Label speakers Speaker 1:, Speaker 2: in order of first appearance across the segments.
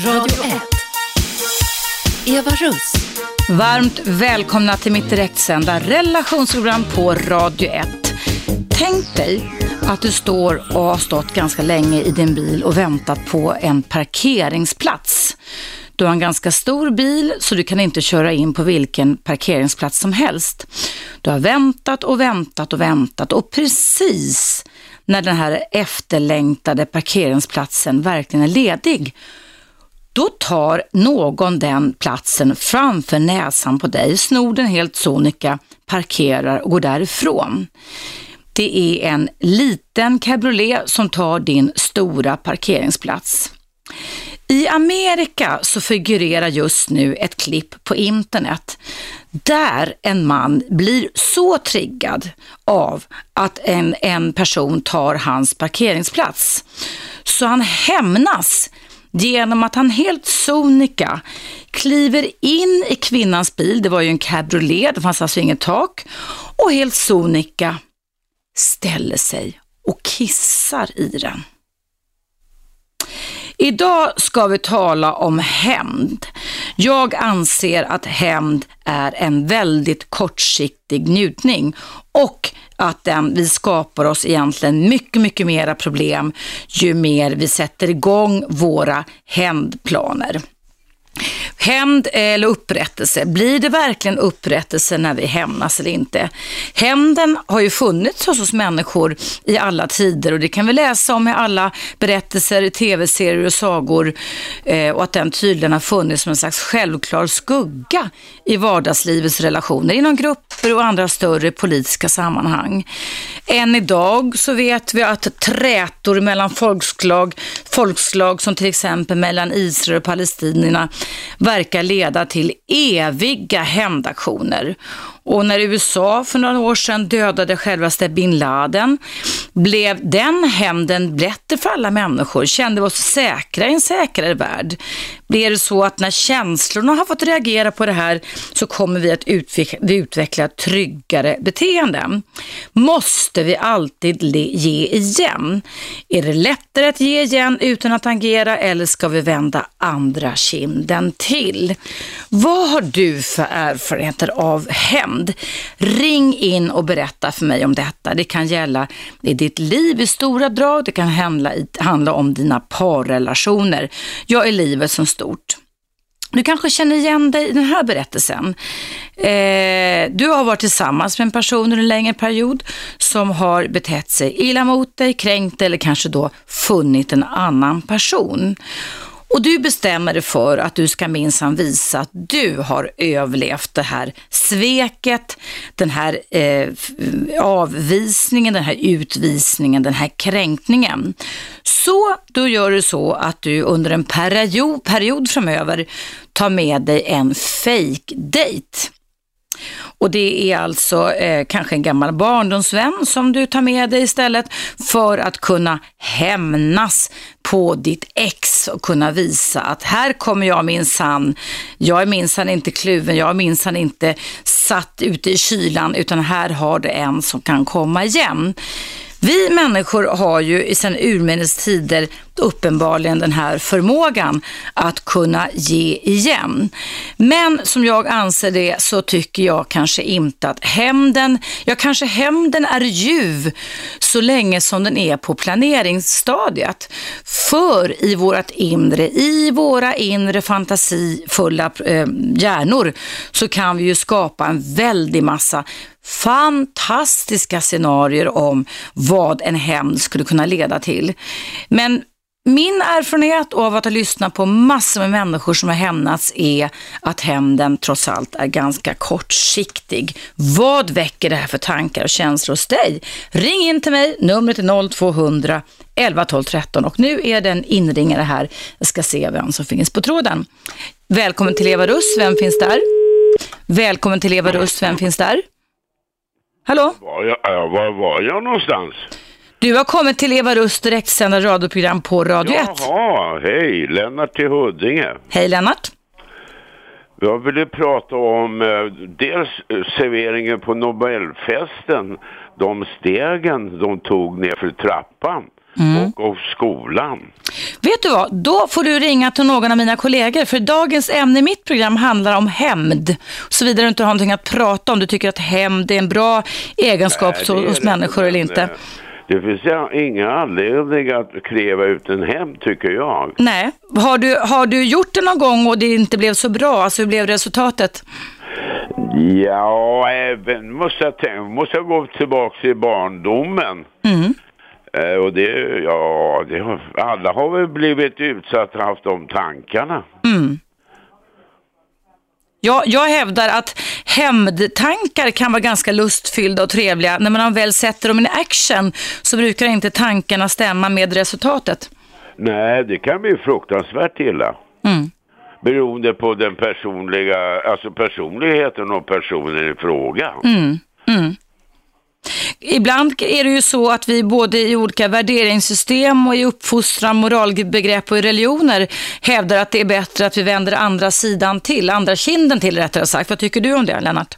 Speaker 1: Radio 1. Eva Russ.
Speaker 2: Varmt välkomna till mitt direktsända relationsprogram på Radio 1. Tänk dig att du står och har stått ganska länge i din bil och väntat på en parkeringsplats. Du har en ganska stor bil så du kan inte köra in på vilken parkeringsplats som helst. Du har väntat och väntat och väntat och precis när den här efterlängtade parkeringsplatsen verkligen är ledig, då tar någon den platsen framför näsan på dig, snor den helt sonika, parkerar och går därifrån. Det är en liten cabriolet som tar din stora parkeringsplats. I Amerika så figurerar just nu ett klipp på internet där en man blir så triggad av att en person tar hans parkeringsplats. Så han hämnas genom att han helt sonika kliver in i kvinnans bil. Det var ju en cabriolet, det fanns alltså inget tak. Och helt sonika ställer sig och kissar i den. Idag ska vi tala om hämnd. Jag anser att hämnd är en väldigt kortsiktig njutning och att vi skapar oss egentligen mycket, mycket mera problem ju mer vi sätter igång våra hämndplaner. Hämnd eller upprättelse. Blir det verkligen upprättelse när vi hämnas eller inte? Hämnden har ju funnits hos människor i alla tider och det kan vi läsa om i alla berättelser, tv-serier och sagor och att den tydligen har funnits som en slags självklar skugga i vardagslivets relationer inom grupper och andra större politiska sammanhang. Än idag så vet vi att trätor mellan folkslag som till exempel mellan Israel och palestinierna verkar leda till eviga hämndaktioner. Och när USA för några år sedan dödade självaste bin Laden blev den hämnden bättre för alla människor. Kände vi oss säkra i en säkrare värld. Blir det så att när känslorna har fått reagera på det här så kommer vi att utveckla tryggare beteenden. Måste vi alltid ge igen? Är det lättare att ge igen utan att agera eller ska vi vända andra kinden till? Vad har du för erfarenheter av hämnd? Ring in och berätta för mig om detta. Det kan gälla i ditt liv i stora drag. Det kan handla om dina parrelationer. Jag är livet som stort. Du kanske känner igen dig i den här berättelsen. Du har varit tillsammans med en person under en längre period som har betett sig illa mot dig, kränkt eller kanske då funnit en annan person. Och du bestämmer dig för att du ska minsann visa att du har överlevt det här sveket, den här avvisningen, den här utvisningen, den här kränkningen. Så då gör du så att du under en period framöver tar med dig en fake date. Och det är alltså kanske en gammal barndomsvän som du tar med dig istället för att kunna hämnas på ditt ex och kunna visa att här kommer jag är minsann inte kluven, jag är minsann inte satt ute i kylan utan här har det en som kan komma igen. Vi människor har ju i sedan urminnes tider uppenbarligen den här förmågan att kunna ge igen. Men som jag anser det så tycker jag kanske inte att hämnden är ljuv så länge som den är på planeringsstadiet. För i våra inre fantasifulla hjärnor så kan vi ju skapa en väldig massa fantastiska scenarier om vad en hämnd skulle kunna leda till. Men min erfarenhet av att ha lyssnat på massor med människor som har hämnats är att hämnden trots allt är ganska kortsiktig. Vad väcker det här för tankar och känslor hos dig? Ring in till mig, numret är 0200 11 12 13 och nu är det en inringare här. Jag ska se vem som finns på tråden. Välkommen till Eva Russ, vem finns där? Välkommen till Eva Russ, vem finns där? Hallå?
Speaker 3: Var var jag någonstans?
Speaker 2: Du har kommit till Eva Russ direktsända radioprogram på Radio 1.
Speaker 3: Jaha, hej, Lennart till Huddinge.
Speaker 2: Hej Lennart.
Speaker 3: Jag ville prata om dels serveringen på Nobelfesten, de stegen de tog ner för trappan och skolan.
Speaker 2: Vet du vad? Då får du ringa till någon av mina kollegor, för dagens ämne i mitt program handlar om hämnd. Såvida du inte har någonting att prata om, du tycker att hämnd är en bra egenskap hos människor eller inte.
Speaker 3: Det finns inga anledning att kräva ut en hämnd, tycker jag.
Speaker 2: Nej. Har du gjort det någon gång och det inte blev så bra? Alltså hur blev resultatet?
Speaker 3: Ja, även måste jag gå tillbaka till barndomen. Och alla har väl blivit utsatta och haft de tankarna.
Speaker 2: Jag hävdar att hämndtankar kan vara ganska lustfyllda och trevliga. När man väl sätter dem i action så brukar inte tankarna stämma med resultatet.
Speaker 3: Nej, det kan bli fruktansvärt illa. Beroende på den personligheten och personen i fråga.
Speaker 2: Ibland är det ju så att vi både i olika värderingssystem och i uppfostran, moralbegrepp och i religioner hävdar att det är bättre att vi vänder andra kinden till rättare sagt. Vad tycker du om det, Lennart?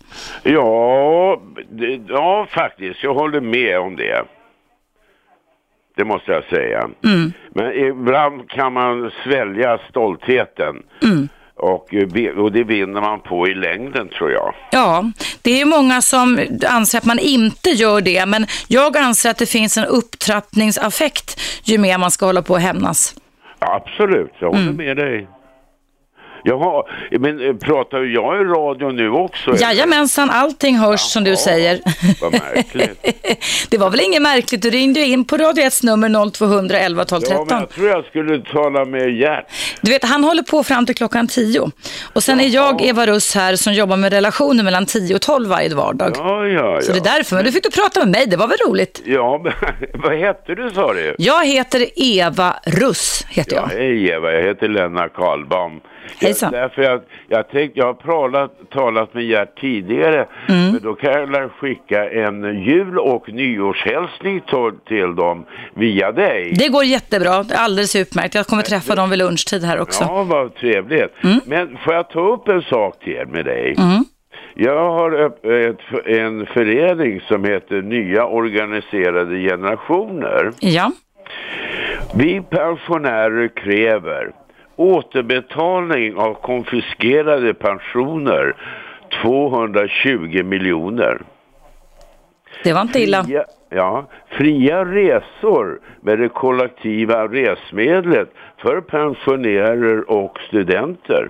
Speaker 3: Ja, faktiskt. Jag håller med om det. Det måste jag säga. Men ibland kan man svälja stoltheten. Och det vinner man på i längden, tror jag. Ja,
Speaker 2: det är många som anser att man inte gör det. Men jag anser att det finns en upptrappningsaffekt ju mer man ska hålla på att hämnas.
Speaker 3: Ja, absolut, jag håller med dig. Jaha, men pratar jag i radio nu också?
Speaker 2: Jajamensan, allting hörs som du säger.
Speaker 3: Vad märkligt.
Speaker 2: Det var väl inget märkligt, du ringde in på Radio 1 nummer 0200 11 12 13.
Speaker 3: Ja, men jag tror jag skulle tala med Gert.
Speaker 2: Du vet, han håller på fram till klockan 10. Och sen är jag, Eva Russ, här som jobbar med relationer mellan 10 och 12 varje vardag.
Speaker 3: Ja.
Speaker 2: Så det är därför, men du fick du prata med mig, det var väl roligt.
Speaker 3: Ja, men vad heter du, sa du?
Speaker 2: Jag heter Eva Russ, heter jag.
Speaker 3: Hej Eva, jag heter Lennart Karlbaum. Därför jag tänkte, jag har talat med Gert tidigare, men då kan jag skicka en jul- och nyårshälsning till dem via dig.
Speaker 2: Det går jättebra, alldeles utmärkt. Jag kommer träffa dem vid lunchtid här också.
Speaker 3: Ja, vad trevligt. Men får jag ta upp en sak till med dig? Jag har en förening som heter Nya Organiserade Generationer.
Speaker 2: Ja.
Speaker 3: Vi pensionärer kräver återbetalning av konfiskerade pensioner 220 miljoner.
Speaker 2: Det var inte illa.
Speaker 3: Fria resor med det kollektiva resmedlet för pensionärer och studenter.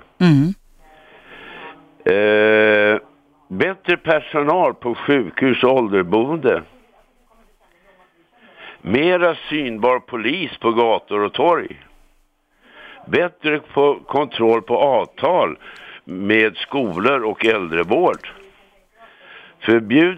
Speaker 3: Bättre personal på sjukhus och ålderboende. Mera synbar polis på gator och torg. Bättre kontroll på avtal med skolor och äldrevård. Förbjud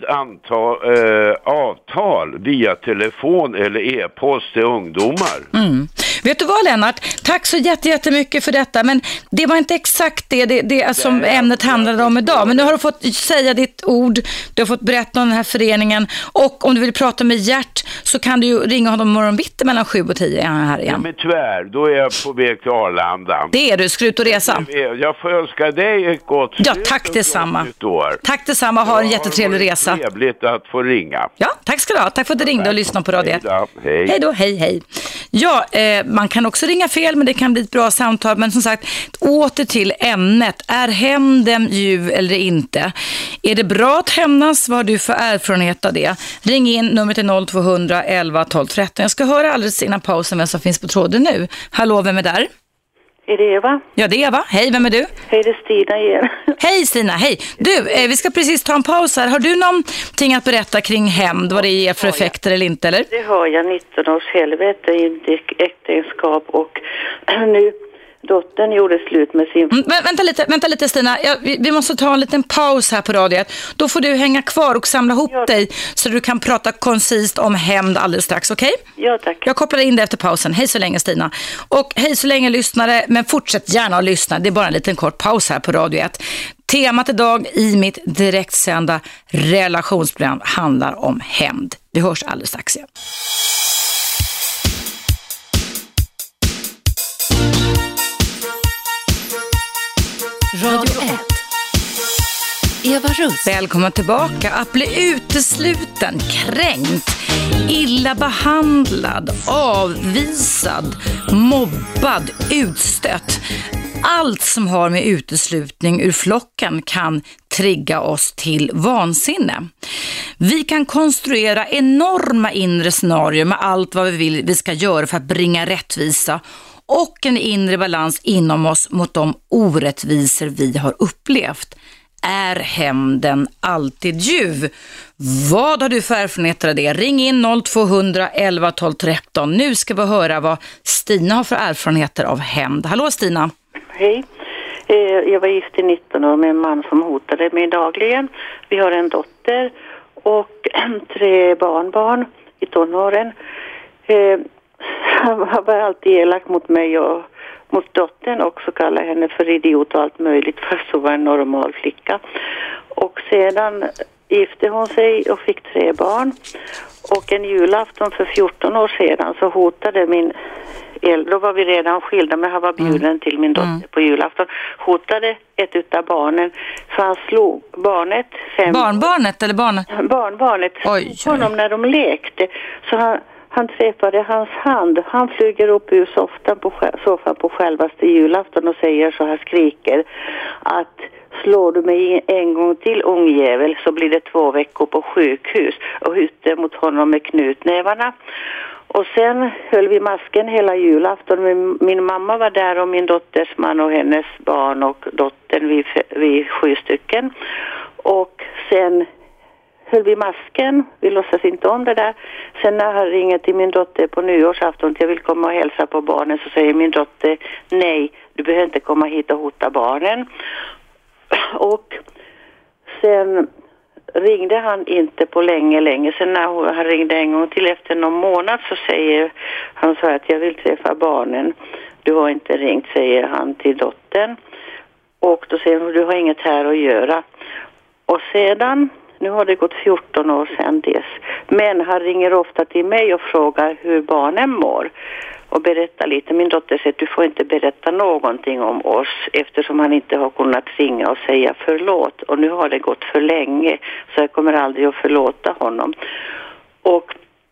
Speaker 3: avtal via telefon eller e-post till ungdomar.
Speaker 2: Vet du vad, Lennart? Tack så jättemycket för detta. Men det var inte exakt det som ämnet handlade om idag. Men nu har du fått säga ditt ord. Du har fått berätta om den här föreningen. Och om du vill prata med Gert så kan du ju ringa honom morgonbitti mellan 7 och 10 här igen.
Speaker 3: Ja, men tyvärr, då är jag på väg till Arlanda.
Speaker 2: Det är du, skrut och resa.
Speaker 3: Jag får önska dig ett gott
Speaker 2: tack detsamma. Tack detsamma, ha en jättetrevlig resa.
Speaker 3: Trevligt att få ringa.
Speaker 2: Ja, tack ska du ha. Tack för att du ringde och lyssnade på Radio 1. Hej då, hej. Ja, man kan också ringa fel, men det kan bli ett bra samtal. Men som sagt, åter till ämnet. Är hämnden ljuv eller inte? Är det bra att hämnas? Vad har du för erfarenhet av det? Ring in, numret är 0200 11 12 13. Jag ska höra alldeles innan pausen vem som finns på tråden nu. Hallå, vem är där?
Speaker 4: Är det Eva?
Speaker 2: Ja, det är Eva. Hej, vem är du?
Speaker 4: Hej, det är Stina igen.
Speaker 2: Hej Stina, hej. Du, vi ska precis ta en paus här. Har du någonting att berätta kring hämnd? Vad det ger för effekter eller inte, eller?
Speaker 4: Det har jag, 19 års helvete i äktenskap och nu dottern gjorde slut med sin...
Speaker 2: Vänta lite Stina, vi måste ta en liten paus här på radiet. Då får du hänga kvar och samla ihop dig så du kan prata koncist om hämnd alldeles strax, okej?
Speaker 4: Ja, tack.
Speaker 2: Jag kopplar in det efter pausen. Hej så länge Stina. Och hej så länge lyssnare, men fortsätt gärna att lyssna. Det är bara en liten kort paus här på Radio 1. Temat idag i mitt direktsända relationsprogram handlar om hämnd. Vi hörs alldeles strax igen.
Speaker 1: Radio 1. Eva Russ.
Speaker 2: Välkommen tillbaka. Att bli utesluten, kränkt illa behandlad, avvisad, mobbad, utstött. Allt som har med uteslutning ur flocken kan trigga oss till vansinne. Vi kan konstruera enorma inre scenarier med allt vad vi vill vi ska göra för att bringa rättvisa och en inre balans inom oss mot de orättvisor vi har upplevt. Är hämnden alltid ljuv? Vad har du för erfarenheter av det? Ring in 0200 11 12 13. Nu ska vi höra vad Stina har för erfarenheter av hämnd. Hallå Stina!
Speaker 4: Hej. Jag var gift i 19 år med en man som hotade mig dagligen. Vi har en dotter och 3 barnbarn i tonåren. Han var alltid elak mot mig och mot dottern och så kallade henne för idiot och allt möjligt, för så var en normal flicka. Och sedan gifte hon sig och fick 3 barn. Och en julafton för 14 år sedan så hotade då var vi redan skilda, men han var bjuden till min dotter på julafton. Hotade ett utav barnen, så han slog barnet.
Speaker 2: Barnbarnet eller barnet?
Speaker 4: Barnbarnet.
Speaker 2: Oj.
Speaker 4: Honom när de lekte. Så han träffade hans hand. Han flyger upp ur soffan på självaste julafton och säger så här, skriker att slår du mig en gång till, ungjävel, så blir det 2 veckor på sjukhus, och ute mot honom med knutnävarna. Och sen höll vi masken hela julafton. Min mamma var där och min dotters man och hennes barn och dottern, vi 7 stycken. Och sen höll vi masken, vi låtsas inte om det där. Sen när han ringer till min dotter på nyårsafton att jag vill komma och hälsa på barnen, så säger min dotter, nej, du behöver inte komma hit och hota barnen. Och sen ringde han inte på länge. Sen när han ringde en gång till efter någon månad, så säger han så att jag vill träffa barnen. Du har inte ringt, säger han till dottern. Och då säger han, du har inget här att göra. Och sedan, nu har det gått 14 år sedan dess. Men han ringer ofta till mig och frågar hur barnen mår. Och berätta lite. Min dotter säger att du får inte berätta någonting om oss, eftersom han inte har kunnat ringa och säga förlåt. Och nu har det gått för länge, så jag kommer aldrig att förlåta honom. Och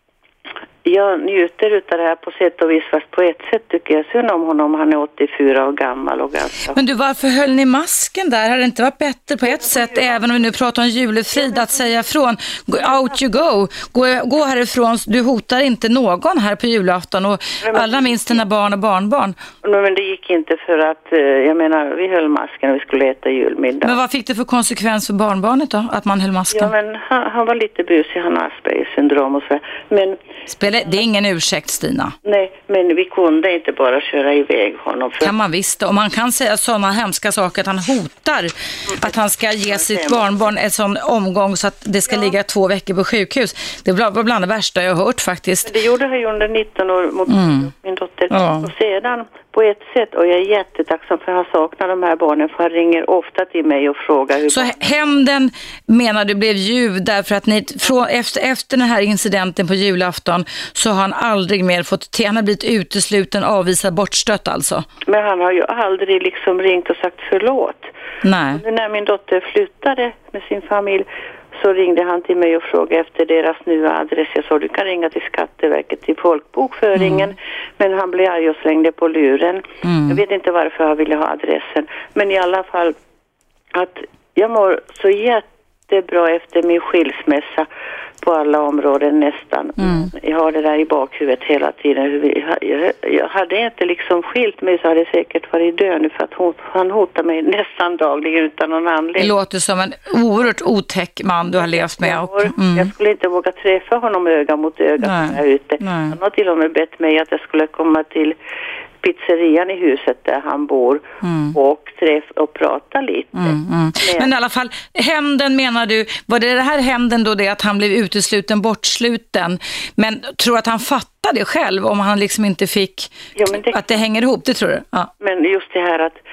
Speaker 4: jag njuter utav det här på sätt och vis, fast på ett sätt tycker jag synd om honom. Han är 84 år gammal och ganska... Men
Speaker 2: du, varför höll ni masken där? Hade det inte varit bättre på ett sätt, även om vi nu pratar om julefrid, att säga från, out you go, gå härifrån, du hotar inte någon här på julafton, och allra minst dina barn och barnbarn.
Speaker 4: Men det gick inte, för att, jag menar, vi höll masken och vi skulle äta julmiddag.
Speaker 2: Men vad fick det för konsekvens för barnbarnet då, att man höll masken?
Speaker 4: Ja, men han var lite busig, han har Aspergers syndrom och så. Men
Speaker 2: det är ingen ursäkt, Stina.
Speaker 4: Nej, men vi kunde inte bara köra iväg honom.
Speaker 2: Kan man visst, och man kan säga sådana hemska saker, att han hotar att han ska ge sitt barnbarn en sån omgång så att det ska ligga 2 veckor på sjukhus. Det var bland det värsta jag har hört faktiskt.
Speaker 4: Det gjorde han ju under 19 år mot min dotter. Ja. Och sedan på ett sätt, och jag är jättetacksam för att han saknar de här barnen, för han ringer ofta till mig och frågar hur...
Speaker 2: Så hämnden, menar du, blev ljuv därför att ni efter den här incidenten på julafton, så har han aldrig mer han har blivit utesluten, avvisad, bortstött alltså? Men
Speaker 4: han har ju aldrig liksom ringt och sagt förlåt.
Speaker 2: Nej.
Speaker 4: Och när min dotter flyttade med sin familj, så ringde han till mig och frågade efter deras nya adress. Jag sa, du kan ringa till Skatteverket, till folkbokföringen. Men han blev arg och slängde på luren. Jag vet inte varför han ville ha adressen. Men i alla fall, att jag mår så jättebra efter min skilsmässa på alla områden nästan. Jag har det där i bakhuvudet hela tiden. Jag hade inte liksom skilt mig, så hade jag säkert varit död nu, för att han hotar mig nästan dagligen utan någon anledning.
Speaker 2: Det låter som en oerhört otäck man du har levt med.
Speaker 4: Jag skulle inte våga träffa honom öga mot öga här ute. Han har till och med bett mig att jag skulle komma till pizzerian i huset där han bor och prata lite.
Speaker 2: Men i alla fall, hämnden, menar du, var det här hämnden då, det att han blev utesluten, bortsluten, men tror att han fattade det själv om han liksom inte fick, att det hänger ihop, det tror du? Ja.
Speaker 4: Men just det här att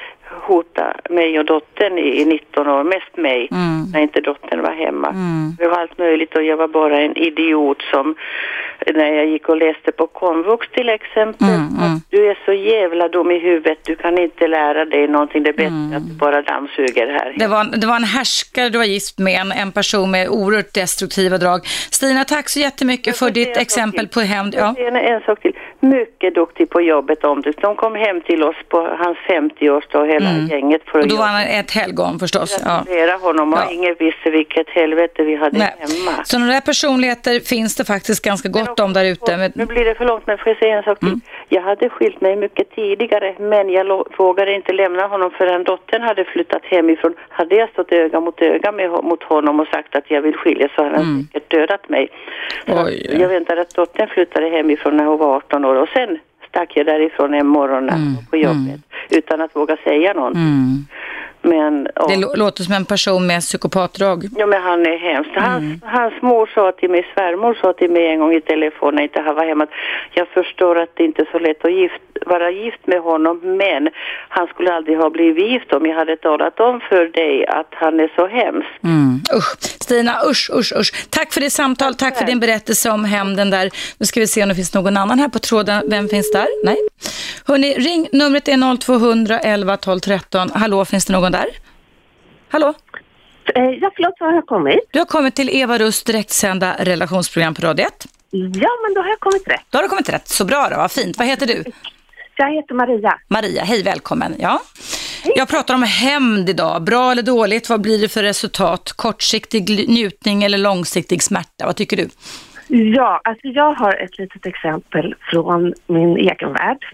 Speaker 4: hotade mig och dottern i 19 år, mest mig, när inte dottern var hemma. Det var allt möjligt och jag var bara en idiot som när jag gick och läste på komvux till exempel. Du är så jävla dum i huvudet, du kan inte lära dig någonting, det är bättre att du bara dammsuger här.
Speaker 2: Det var en härskare du var gift med, en person med oerhört destruktiva drag. Stina, tack så jättemycket för ditt exempel på hämnd. Ja.
Speaker 4: En sak till. Mycket duktig på jobbet om det. De kom hem till oss på hans 50-årsdag, hela gänget. För
Speaker 2: och då var han ett helgon förstås.
Speaker 4: Ja. Honom och ingen visste vilket helvete vi hade hemma.
Speaker 2: Så några personligheter finns det faktiskt ganska gott om där ute.
Speaker 4: Nu blir det för långt, men får jag säga en sak till? Jag hade skilt mig mycket tidigare, men jag vågade inte lämna honom förrän dottern hade flyttat hemifrån. Hade jag stått öga mot öga mot honom och sagt att jag vill skilja, så hade han säkert dödat mig. Jag väntade att dottern flyttade hemifrån när hon var 18 år och sen stack jag därifrån en morgon på jobbet utan att våga säga någonting. Men,
Speaker 2: det låter som en person med psykopatdrag.
Speaker 4: Ja, men han är hemskt. Hans mor sa till mig, svärmor sa till mig en gång i telefon när inte han var hemma, att jag förstår att det inte är så lätt att vara gift med honom, men han skulle aldrig ha blivit gift om jag hade talat om för dig att han är så hemsk.
Speaker 2: Usch. Stina, usch. Tack för det samtal, tack för din berättelse om hämnden där. Nu ska vi se om det finns någon annan här på tråden. Vem finns där? Nej. Hörrni, ring, numret är 0200 11 12 13. Hallå, finns det någon där? Hallå?
Speaker 5: Ja, förlåt, var har jag kommit?
Speaker 2: Du har kommit till Eva Russ direktsända relationsprogram på Radio 1.
Speaker 5: Ja, men då har jag kommit rätt.
Speaker 2: Då har du kommit rätt, så bra då, vad fint. Vad heter du?
Speaker 5: Jag heter Maria.
Speaker 2: Maria, hej, välkommen. Ja.
Speaker 5: Hej.
Speaker 2: Jag pratar om hämnd idag. Bra eller dåligt, vad blir det för resultat? Kortsiktig njutning eller långsiktig smärta? Vad tycker du?
Speaker 5: Ja, alltså jag har ett litet exempel från min egen värld.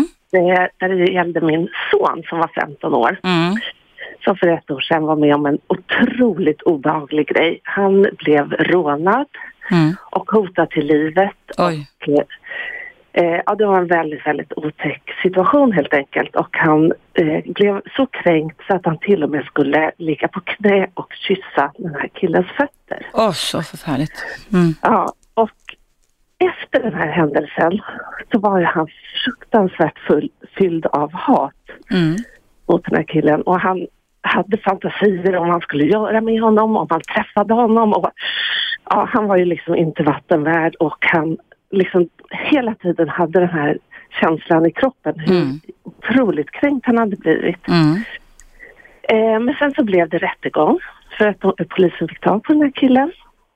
Speaker 5: Där det gällde min son som var 15 år. Som för ett år sedan var med om en otroligt obehaglig grej. Han blev rånad och hotad till livet.
Speaker 2: Oj.
Speaker 5: Och, det var en väldigt, väldigt otäck situation helt enkelt. Och han blev så kränkt så att han till och med skulle ligga på knä och kyssa den här killens fötter.
Speaker 2: Så förfärligt.
Speaker 5: Ja, och efter den här händelsen så var han fruktansvärt fylld av hat mot den här killen. Och han hade fantasier om vad han skulle göra med honom, om han träffade honom. Och, han var ju liksom inte vattenvärd och han liksom hela tiden hade den här känslan i kroppen hur otroligt kränkt han hade blivit. Men sen så blev det rättegång för att polisen fick tag på den här killen.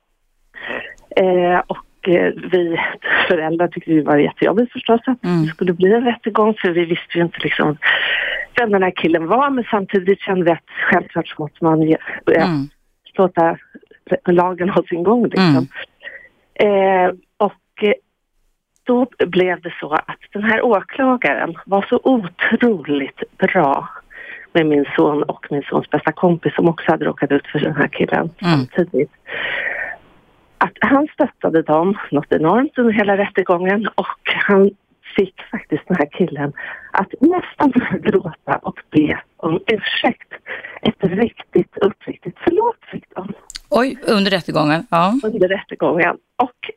Speaker 5: Och vi föräldrar tyckte det var jättejobbigt förstås att det skulle bli en rättegång, för vi visste ju inte liksom vem den här killen var, men samtidigt kände vi att självklart så måste man låta lagen ha sin gång liksom. Och då blev det så att den här åklagaren var så otroligt bra med min son och min sons bästa kompis som också hade råkat ut för den här killen samtidigt. Att han stöttade dem något enormt under hela rättegången och han fick faktiskt den här killen att nästan gråta och be om ursäkt. Ett riktigt uppriktigt förlåt fick de.
Speaker 2: Oj, under rättegången? Ja.
Speaker 5: Under rättegången. Och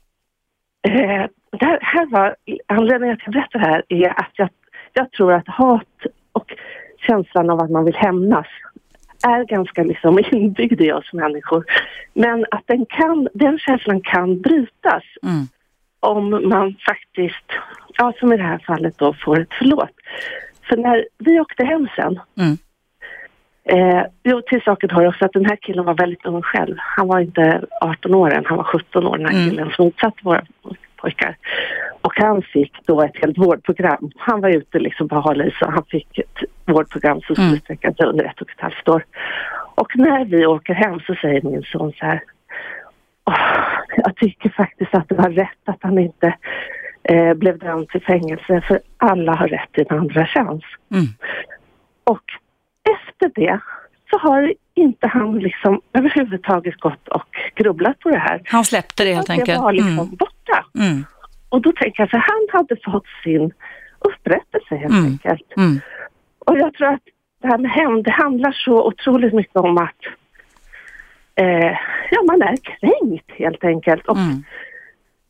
Speaker 5: här var anledningen till att jag berättar det här är att jag tror att hat och känslan av att man vill hämnas är ganska liksom inbyggd i oss människor. Men att den känslan kan brytas om man faktiskt, som i det här fallet då, får ett förlåt. För när vi åkte hem sen, till saken har också att den här killen var väldigt ung själv. Han var inte 18 år än, han var 17 år, den här killen som utsatte våra pojkar. Och han fick då ett helt vårdprogram. Han var ute liksom på Halis och han fick ett vårdprogram som skulle sträcka sig under 1,5 år. Och när vi åker hem så säger min son så här: jag tycker faktiskt att det var rätt att han inte blev dömd till fängelse, för alla har rätt till en andra chans. Och efter det så har inte han liksom överhuvudtaget gått och grubblat på det här.
Speaker 2: Han släppte det helt enkelt.
Speaker 5: Det var liksom borta. Och då tänker jag så han hade fått sin upprättelse helt enkelt. Och jag tror att det här med hämnd, det handlar så otroligt mycket om att man är kränkt helt enkelt. Och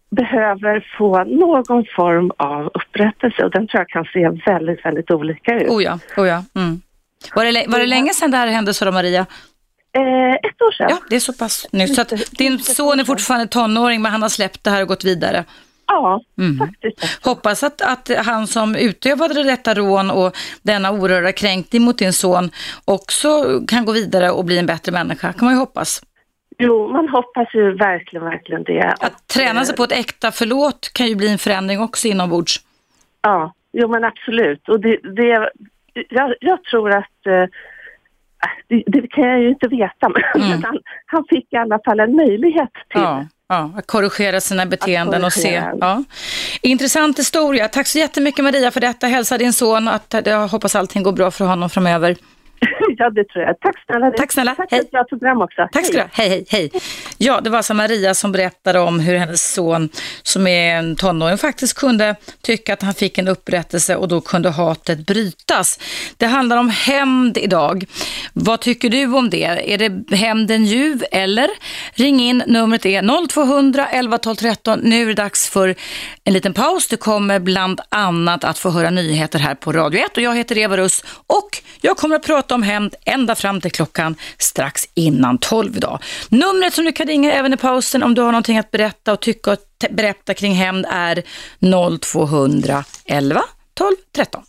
Speaker 5: behöver få någon form av upprättelse, och den tror jag kan se väldigt, väldigt olika ut.
Speaker 2: Oh ja. Mm. Var det länge sedan det här hände, så då, Maria?
Speaker 5: 1 år sedan.
Speaker 2: Ja, det är så pass nytt. Så att din son är fortfarande tonåring, men han har släppt det här och gått vidare.
Speaker 5: Ja, faktiskt.
Speaker 2: Hoppas att han som utövade detta rån och denna oerhörda kränkning mot din son också kan gå vidare och bli en bättre människa. Kan man ju hoppas.
Speaker 5: Jo, man hoppas ju verkligen det.
Speaker 2: Att träna sig på ett äkta förlåt kan ju bli en förändring också inombords.
Speaker 5: Ja, jo men absolut. Och jag tror att det kan jag ju inte veta, men han fick i alla fall en möjlighet till.
Speaker 2: Ja, att korrigera sina beteenden och se. Ja. Intressant historia. Tack så jättemycket, Maria, för detta. Hälsa din son att jag hoppas allting går bra för honom framöver.
Speaker 5: Ja, det tror jag. Tack snälla.
Speaker 2: Tack snälla.
Speaker 5: Tack för ett bra program också.
Speaker 2: Tack ska du ha. Hej. Ja, det var alltså Maria som berättade om hur hennes son, som är en tonåring, faktiskt kunde tycka att han fick en upprättelse och då kunde hatet brytas. Det handlar om hämnd idag. Vad tycker du om det? Är det hämnden ljuv eller? Ring in, numret är 0200 11 12 13. Nu är det dags för en liten paus. Du kommer bland annat att få höra nyheter här på Radio 1 och jag heter Eva Russ och jag kommer att prata om hämnd ända fram till klockan strax innan 12 idag. Numret som du kan ringa även i pausen om du har någonting att berätta och tycka och berätta kring hämnd är 0200 11 12 13.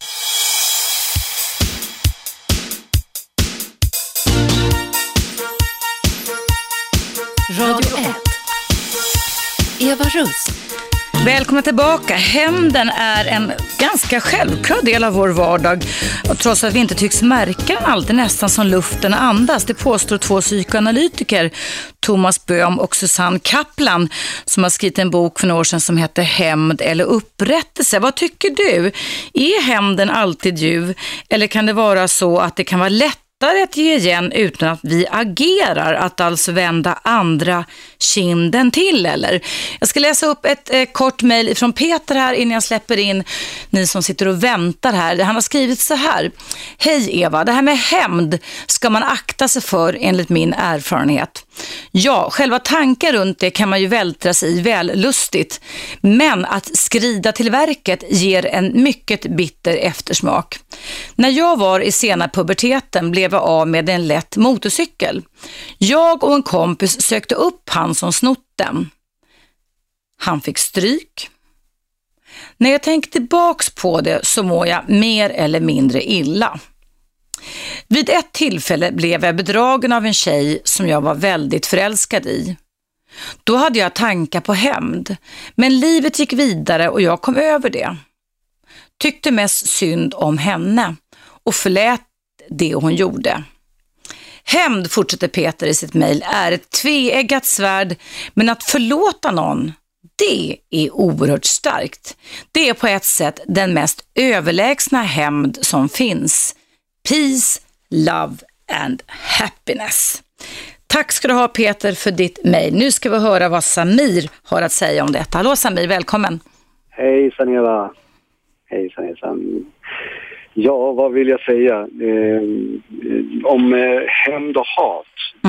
Speaker 1: Radio 1. Eva Russ.
Speaker 2: Välkomna tillbaka. Hämnden är en ganska självklar del av vår vardag. Och trots att vi inte tycks märka den alltid, nästan som luften andas. Det påstår 2 psykoanalytiker, Thomas Böhm och Susanne Kaplan, som har skrivit en bok för några år sedan som heter Hämnd eller upprättelse. Vad tycker du? Är hämnden alltid ljuv? Eller kan det vara så att det kan vara lätt att ge igen utan att vi agerar, att alltså vända andra kinden till, eller? Jag ska läsa upp ett kort mejl från Peter här innan jag släpper in ni som sitter och väntar här. Han har skrivit så här: Hej Eva, det här med hämnd ska man akta sig för enligt min erfarenhet. Ja, själva tanken runt det kan man ju vältra sig i väl lustigt, men att skrida till verket ger en mycket bitter eftersmak. När jag var i sena puberteten blev jag av med en lätt motorcykel. Jag och en kompis sökte upp han som snott den. Han fick stryk. När jag tänker tillbaks på det så mår jag mer eller mindre illa. Vid ett tillfälle blev jag bedragen av en tjej som jag var väldigt förälskad i. Då hade jag tankar på hämnd, men livet gick vidare och jag kom över det. Tyckte mest synd om henne och förlät det hon gjorde. Hämnd, fortsätter Peter i sitt mejl, är ett tveeggat svärd, men att förlåta någon, det är oerhört starkt. Det är på ett sätt den mest överlägsna hämnd som finns. Peace, love and happiness. Tack ska du ha, Peter, för ditt mejl. Nu ska vi höra vad Samir har att säga om detta. Hallå Samir, välkommen.
Speaker 6: Hejsan Eva. Hejsan. Ja, vad vill jag säga? Om hämnd och hat.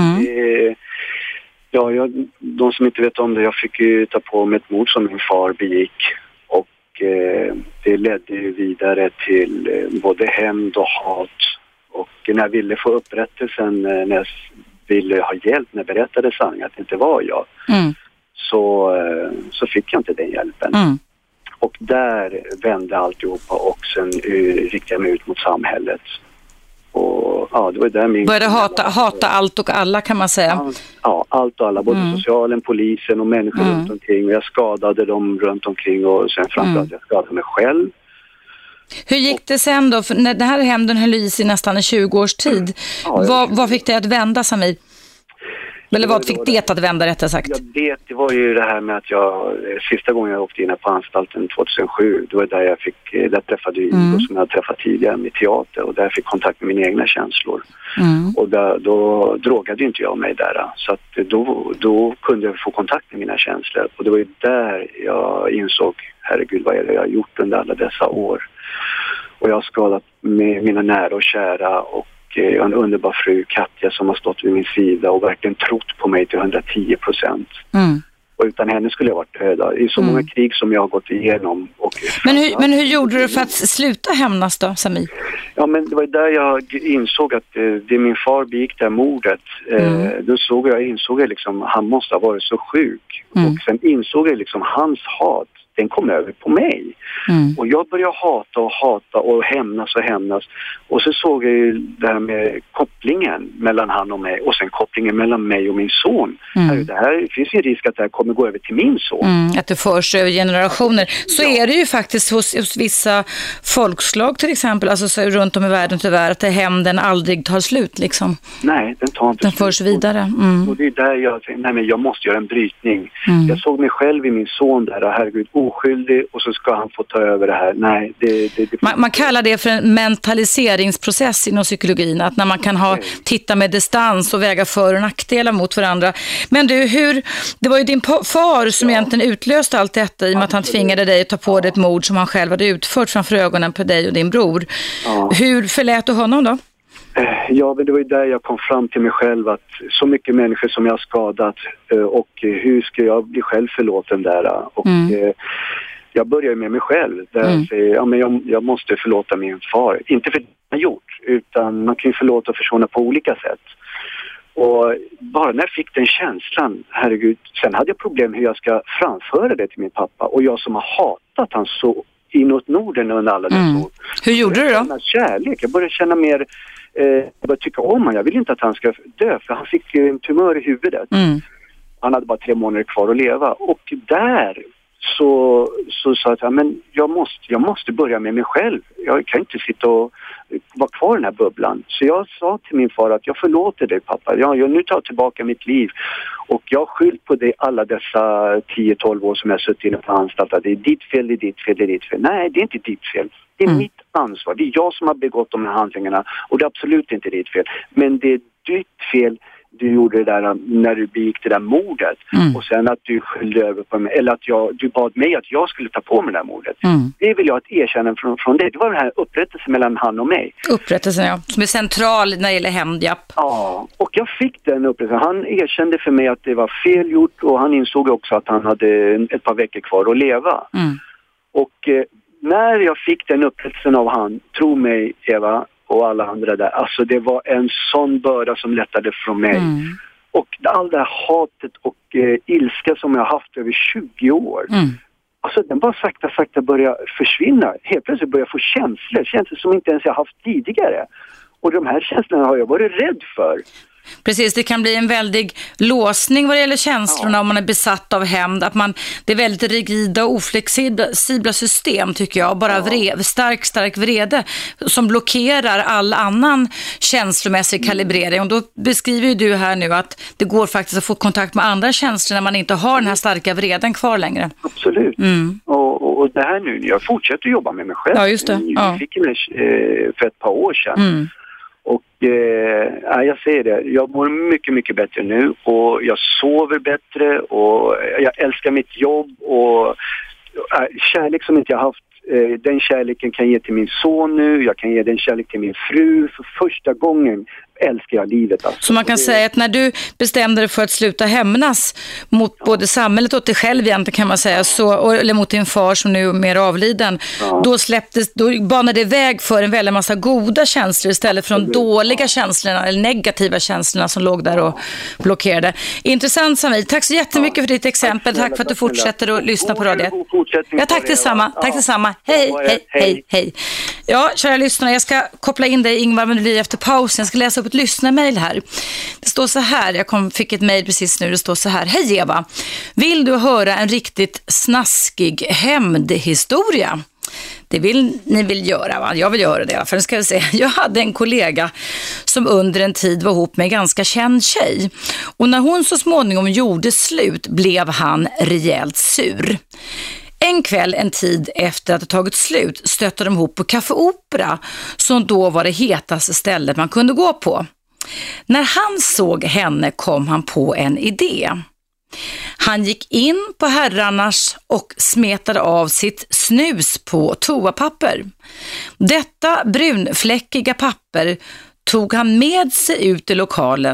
Speaker 6: De som inte vet om det, jag fick ju ta på mig ett mord som min far begick. Och det ledde ju vidare till både hämnd och hat. Och när jag ville få upprättelsen, när jag ville ha hjälp, när jag berättade sanningen att det inte var jag, så fick jag inte den hjälpen. Och där vände alltihopa och sen riktade jag mig ut mot samhället. Och ja, det var där min...
Speaker 2: Började hata allt och alla, kan man säga.
Speaker 6: Ja, allt och alla. Både socialen, polisen och människor runt omkring. Och jag skadade dem runt omkring och sen framförallt jag skadade mig själv.
Speaker 2: Hur gick det sen då? För när den här hämnden höll i sig nästan 20 års tid. Vad fick det att vända, Samir? Eller vad fick det att vända, rättare sagt?
Speaker 6: Det var ju det här med att sista gången jag åkte in på anstalten 2007, då var det där jag träffade Ivo som jag träffat tidigare med teater, och där jag fick kontakt med mina egna känslor. Och då drogade inte jag mig där, så att då kunde jag få kontakt med mina känslor, och det var ju där jag insåg, herregud, vad är det jag har gjort under alla dessa år? Och jag har skadat med mina nära och kära, och en underbar fru, Katja, som har stått vid min sida och verkligen trott på mig till 110%. Och utan henne skulle jag varit död. Det är så många krig som jag har gått igenom.
Speaker 2: Men hur gjorde du för att sluta hämnas då, Sami?
Speaker 6: Ja, men det var där jag insåg att det min far begick det här mordet. Då insåg jag liksom, han måste ha varit så sjuk. Och sen insåg jag liksom hans hat. Den kom över på mig. Och jag började hata och hämnas. Och så såg jag ju det här med kopplingen mellan han och mig. Och sen kopplingen mellan mig och min son. Det här finns ju risk att det här kommer gå över till min son.
Speaker 2: Att det förs över generationer. Så är det ju faktiskt hos vissa folkslag till exempel. Alltså så runt om i världen tyvärr. Att hämnden aldrig tar slut liksom.
Speaker 6: Nej, den tar inte
Speaker 2: slut. Den förs vidare.
Speaker 6: Och det är där jag tänkte, jag måste göra en brytning. Jag såg mig själv i min son där. Herregud, oskyldig, och så ska han få ta över det här. Nej,
Speaker 2: man kallar det för en mentaliseringsprocess inom psykologin, att när man kan titta med distans och väga för- och nackdelar mot varandra. Men du, det var ju din far som egentligen utlöste allt detta i och med att han tvingade dig att ta på dig ett mord som han själv hade utfört framför ögonen på dig och din bror. Hur förlät du honom då?
Speaker 6: Ja, men det var ju där jag kom fram till mig själv, att så mycket människor som jag har skadat, och hur ska jag bli själv förlåten där? Och jag börjar med mig själv där jag säger, jag måste förlåta min far. Inte för det han har gjort, utan man kan ju förlåta och försona på olika sätt. Och bara när jag fick den känslan, herregud, sen hade jag problem hur jag ska framföra det till min pappa. Och jag som har hatat han så inåt Norden under alla dessa år.
Speaker 2: Hur gjorde du då?
Speaker 6: Kärlek. Jag började känna mer, jag började tycka om honom. Jag vill inte att han ska dö, för han fick en tumör i huvudet. Han hade bara 3 månader kvar att leva. Och där så sa jag, men jag måste börja med mig själv. Jag kan inte sitta och vara kvar i den här bubblan. Så jag sa till min far att jag förlåter dig, pappa. Jag nu tar tillbaka mitt liv. Och jag har skyllt på dig alla dessa 10-12 år som jag suttit inne på anstalt. Det är ditt fel, det är ditt fel, det är ditt fel. Nej, det är inte ditt fel. Det är mitt ansvar. Det är jag som har begått de här handlingarna. Och det är absolut inte ditt fel. Men det är ditt fel. Du gjorde det där när du begick det där mordet. Och sen att du skyllde över på mig. Eller att du bad mig att jag skulle ta på mig det där mordet. Det vill jag ett erkännande från dig. Det var den här upprättelsen mellan han och mig.
Speaker 2: Upprättelsen, ja. Som är central när det gäller hämnd, japp.
Speaker 6: Ja, och jag fick den upprättelsen. Han erkände för mig att det var fel gjort. Och han insåg också att han hade ett par veckor kvar att leva. Och när jag fick den upprättelsen av han, tro mig, Eva och alla andra där, alltså det var en sån börda som lättade från mig. Och all det här hatet och ilska som jag haft över 20 år, alltså den bara sakta börja försvinna. Helt plötsligt börjar jag få känslor som inte ens jag haft tidigare. Och de här känslorna har jag varit rädd för.
Speaker 2: Precis, det kan bli en väldig låsning vad det gäller känslorna om man är besatt av hämnd. Det är väldigt rigida och oflexibla system, tycker jag. Bara stark vrede som blockerar all annan känslomässig kalibrering. Och då beskriver ju du här nu att det går faktiskt att få kontakt med andra känslor när man inte har den här starka vreden kvar längre.
Speaker 6: Absolut. Och det här nu, jag fortsätter jobba med mig själv.
Speaker 2: Ja, just det.
Speaker 6: Jag fick det för ett par år sedan. Och jag säger det, jag mår mycket, mycket bättre nu, och jag sover bättre, och jag älskar mitt jobb, och kärlek som inte jag haft, den kärleken kan jag ge till min son nu, jag kan ge den kärlek till min fru. För första gången älskar jag livet. Alltså.
Speaker 2: Så man kan säga att när du bestämde dig för att sluta hämnas mot både samhället och dig själv egentligen, kan man säga, eller mot din far som nu är mer avliden, då banade det väg för en väldigt massa goda känslor istället för de dåliga känslorna eller negativa känslorna som låg där och blockerade. Intressant, Sami. Tack så jättemycket för ditt exempel. Tack för att du fortsätter att lyssna på radio. Ja, tack detsamma. Tack detsamma. Hej. Ja, kära lyssnare, jag ska koppla in dig, Ingvar, men det blir efter pausen. Jag ska läsa upp ett lyssnarmail här. Det står så här, fick ett mejl precis nu, det står så här: Hej Eva, vill du höra en riktigt snaskig hämndhistoria? Det vill ni göra, va? Jag vill göra det. För nu ska jag säga, jag hade en kollega som under en tid var ihop med en ganska känd tjej. Och när hon så småningom gjorde slut blev han rejält sur. En kväll, en tid efter att det tagit slut, stötte de ihop på Café Opera, som då var det hetaste stället man kunde gå på. När han såg henne kom han på en idé. Han gick in på herrarnas och smetade av sitt snus på toapapper. Detta brunfläckiga papper tog han med sig ut i lokalen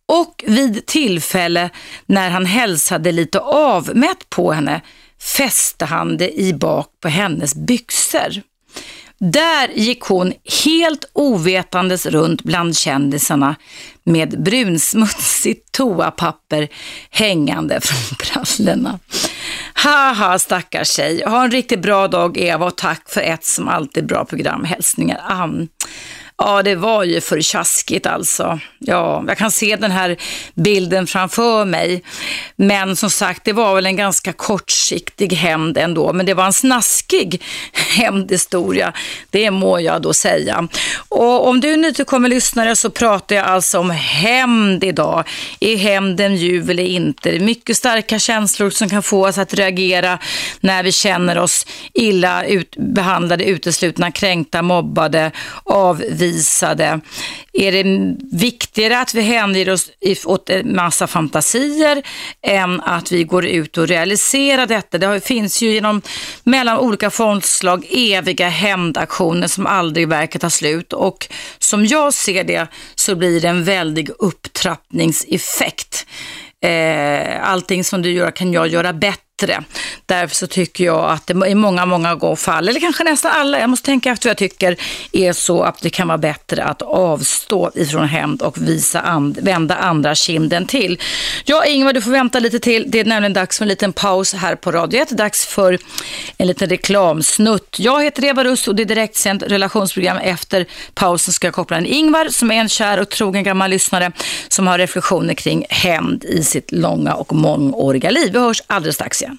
Speaker 2: Och vid tillfälle när han hälsade lite avmätt på henne fäste han det i bak på hennes byxor. Där gick hon helt ovetandes runt bland kändisarna med brunsmutsigt toapapper hängande från brallorna. Haha, stackars tjej. Ha en riktigt bra dag, Eva, och tack för ett som alltid bra program. Hälsningar, Ann. Ja, det var ju för tjaskigt alltså. Ja, jag kan se den här bilden framför mig. Men som sagt, det var väl en ganska kortsiktig hämnd ändå. Men det var en snaskig hämndhistoria. Det må jag då säga. Och om du nu kommer lyssnare så pratar jag alltså om hämnd idag. Är hämnden ljuv eller inte? Det är mycket starka känslor som kan få oss att reagera när vi känner oss illa behandlade, uteslutna, kränkta, mobbade, avvisade. Är det viktigare att vi hänger oss åt en massa fantasier än att vi går ut och realiserar detta? Det finns ju mellan olika fondslag eviga hämndaktioner som aldrig verkar ta slut, och som jag ser det så blir det en väldig upptrappningseffekt. Allting som du gör kan jag göra bättre. Därför så tycker jag att det i många fall, eller kanske nästan alla, jag måste tänka efter vad jag tycker, är så att det kan vara bättre att avstå ifrån hämnd och vända andra kinden till. Ja, Ingvar, du får vänta lite till. Det är nämligen dags för en liten paus här på Radio 1. Dags för en liten reklamsnutt. Jag heter Eva Russ och det är direktsänt relationsprogram. Efter pausen ska jag koppla en Ingvar som är en kär och trogen gammal lyssnare som har reflektioner kring hämnd i sitt långa och mångåriga liv. Vi hörs alldeles strax igen.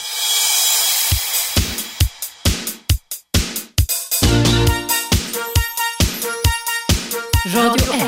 Speaker 1: Radio 1.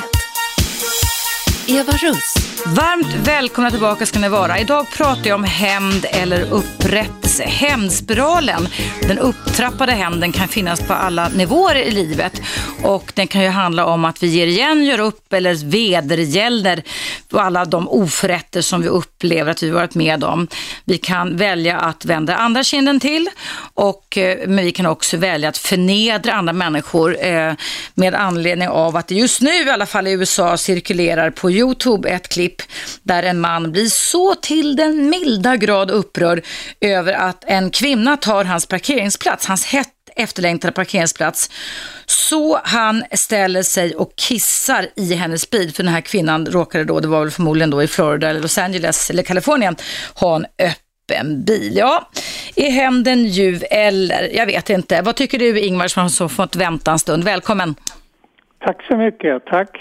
Speaker 1: Eva Russ.
Speaker 2: Varmt välkomna tillbaka ska ni vara. Idag pratar jag om hämnd eller upprättelse. Hämndspiralen, den upptrappade hämnden, kan finnas på alla nivåer i livet. Och den kan ju handla om att vi ger igen, gör upp eller vedergäller alla de oförrätter som vi upplever att vi varit med om. Vi kan välja att vända andra kinden till, men vi kan också välja att förnedra andra människor med anledning av att det just nu i alla fall i USA cirkulerar på YouTube ett klipp där en man blir så till den milda grad upprörd över att en kvinna tar hans parkeringsplats, hans hett efterlängtade parkeringsplats, så han ställer sig och kissar i hennes bil. För den här kvinnan råkade då, det var väl förmodligen då i Florida eller Los Angeles eller Kalifornien, ha en öppen bil. Ja, är hämnden ljuv eller? Jag vet inte. Vad tycker du, Ingvar, som har fått vänta en stund? Välkommen.
Speaker 7: Tack så mycket, tack.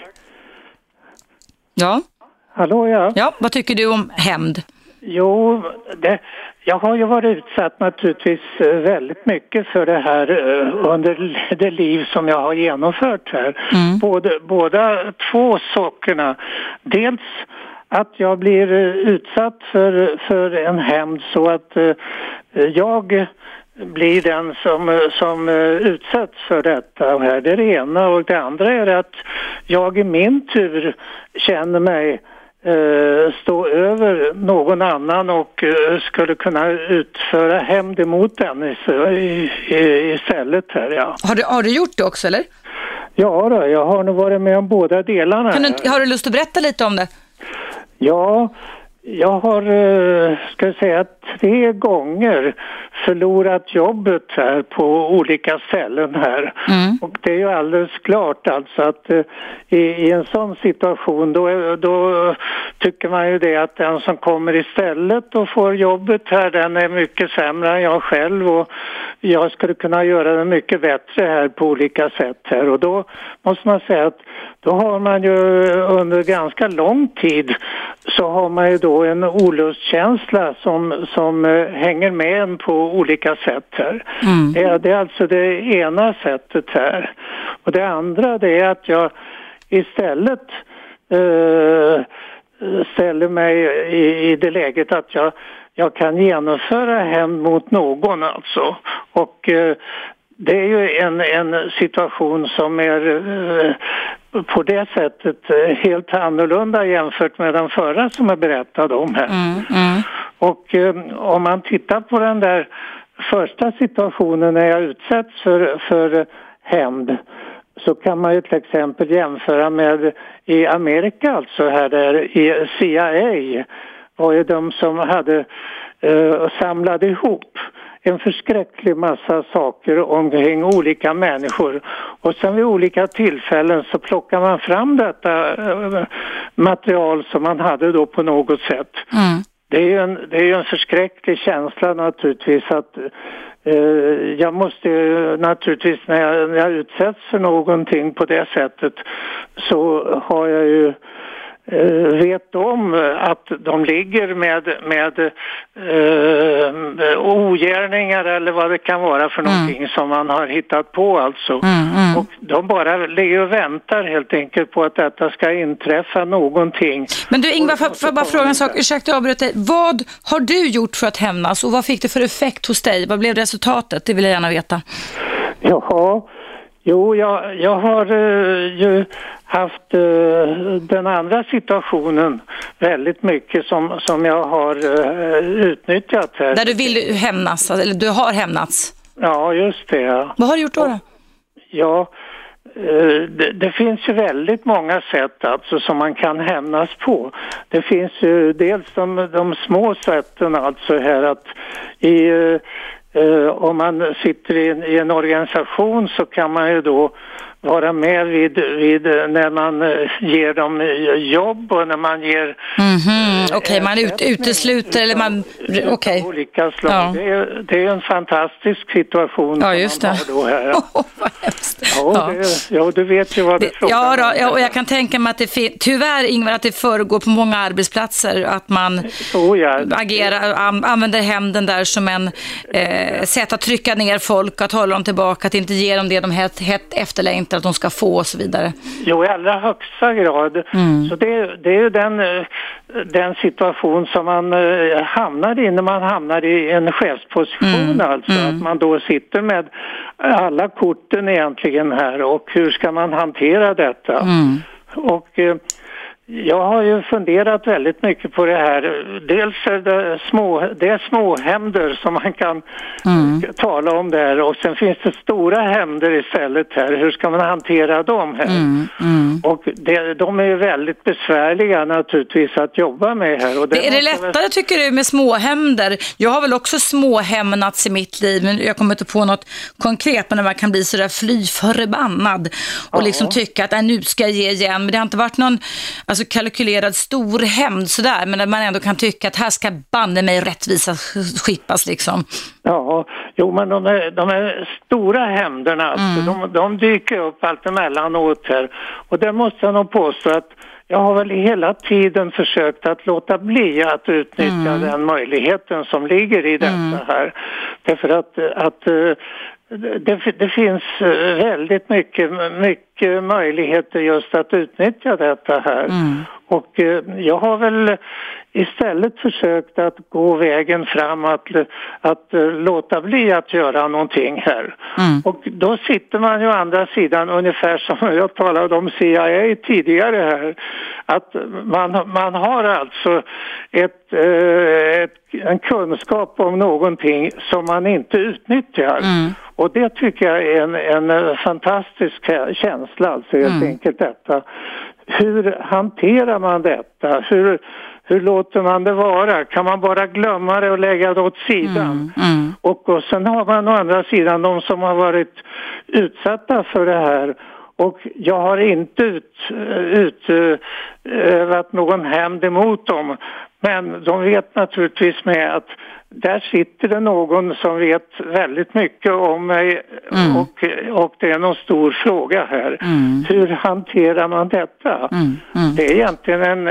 Speaker 2: Ja.
Speaker 7: Hallå, ja.
Speaker 2: Ja, vad tycker du om hämnd?
Speaker 7: Jo, jag har ju varit utsatt naturligtvis väldigt mycket för det här under det liv som jag har genomfört här. Båda två sakerna. Dels att jag blir utsatt för en hämnd så att jag blir den som utsätts för detta. Och här, det är det ena, och det andra är att jag i min tur känner mig stå över någon annan och skulle kunna utföra hämnd emot den istället här, ja.
Speaker 2: Har du gjort det också, eller?
Speaker 7: Ja då, jag har nog varit med om båda delarna.
Speaker 2: Har du lust att berätta lite om det?
Speaker 7: Ja, jag har, ska jag säga, 3 gånger förlorat jobbet här på olika ställen här. Och det är ju alldeles klart alltså att i en sån situation då tycker man ju det att den som kommer istället och får jobbet här, den är mycket sämre än jag själv, och jag skulle kunna göra det mycket bättre här på olika sätt här. Och då måste man säga att då har man ju under ganska lång tid så har man ju då en olustkänsla som hänger med en på olika sätt här. Det är alltså det ena sättet här. Och det andra, det är att jag istället ställer mig i det läget att jag kan genomföra hämnd mot någon alltså. Och det är ju en situation som är på det sättet helt annorlunda jämfört med den förra som jag berättade om här. Och om man tittar på den där första situationen när jag utsätts för hämnd, så kan man ju till exempel jämföra med i Amerika, alltså här där i CIA var ju de som hade samlade ihop en förskräcklig massa saker omkring olika människor. Och sen vid olika tillfällen så plockar man fram detta material som man hade då på något sätt. Mm. Det är ju en förskräcklig känsla naturligtvis att jag måste naturligtvis när jag utsätts för någonting på det sättet så har jag ju vet om att de ligger med ogärningar eller vad det kan vara för någonting som man har hittat på alltså. Och de bara ligger och väntar helt enkelt på att detta ska inträffa någonting.
Speaker 2: Men du Ingvar, får jag bara fråga en sak, ursäkta avbryta dig. Vad har du gjort för att hämnas och vad fick det för effekt hos dig? Vad blev resultatet? Det vill jag gärna veta.
Speaker 7: Jaha. Jo, jag har ju haft den andra situationen väldigt mycket som jag har utnyttjat här.
Speaker 2: Där du vill hämnas, eller du har hämnats?
Speaker 7: Ja, just det. Ja.
Speaker 2: Vad har du gjort då?
Speaker 7: Ja, det finns ju väldigt många sätt alltså som man kan hämnas på. Det finns ju dels de små sätten alltså här att om man sitter i en organisation så kan man ju då vara med vid när man ger dem jobb och när man ger...
Speaker 2: Okej, man utesluter eller man... Okej.
Speaker 7: Olika slag. Ja. Det är en fantastisk situation.
Speaker 2: Ja, just det.
Speaker 7: Då här.
Speaker 2: Vad hemskt.
Speaker 7: Ja, du vet ju vad det frågar.
Speaker 2: Ja, och jag kan tänka mig att det tyvärr, Ingvar, att det föregår på många arbetsplatser att man använder hämnden där som en sätt att trycka ner folk, att hålla dem tillbaka, att inte ge dem det de hett efterlängtar att de ska få och så vidare. Jo,
Speaker 7: i allra högsta grad. Så det är ju den situation som man hamnar i när man hamnar i en chefsposition alltså. Att man då sitter med alla korten egentligen här och hur ska man hantera detta? Och jag har ju funderat väldigt mycket på det här. Dels är det små hämnder som man kan tala om där. Och sen finns det stora hämnder istället här. Hur ska man hantera dem här? Och de är ju väldigt besvärliga naturligtvis att jobba med här. Och
Speaker 2: är det lättare tycker du med små hämnder? Jag har väl också små hämnats i mitt liv. Men jag kommer inte på något konkret. Men när man kan bli sådär fly förbannad. Och liksom tycka att nu ska jag ge igen. Men det har inte varit någon... Alltså kalkylerad stor hämnd sådär, men man ändå kan tycka att här ska banne mig rättvisa skippas liksom.
Speaker 7: Ja, jo men de är stora hämnderna, alltså, de dyker upp allt emellanåt här. Och det måste jag nog påstå att jag har väl hela tiden försökt att låta bli att utnyttja den möjligheten som ligger i detta här. Därför att det finns väldigt mycket möjligheter just att utnyttja detta här. Och jag har väl istället försökt att gå vägen fram att låta bli att göra någonting här. Och då sitter man ju å andra sidan ungefär som jag talade om CIA tidigare här. Att man har alltså en kunskap om någonting som man inte utnyttjar. Och det tycker jag är en fantastisk känsla alltså helt enkelt detta. Hur hanterar man detta? Hur låter man det vara? Kan man bara glömma det och lägga det åt sidan? Och sen har man å andra sidan de som har varit utsatta för det här. Och jag har inte utövat någon hämnd emot dem. Men de vet naturligtvis med att där sitter det någon som vet väldigt mycket om mig och det är någon stor fråga här. Hur hanterar man detta? Det är egentligen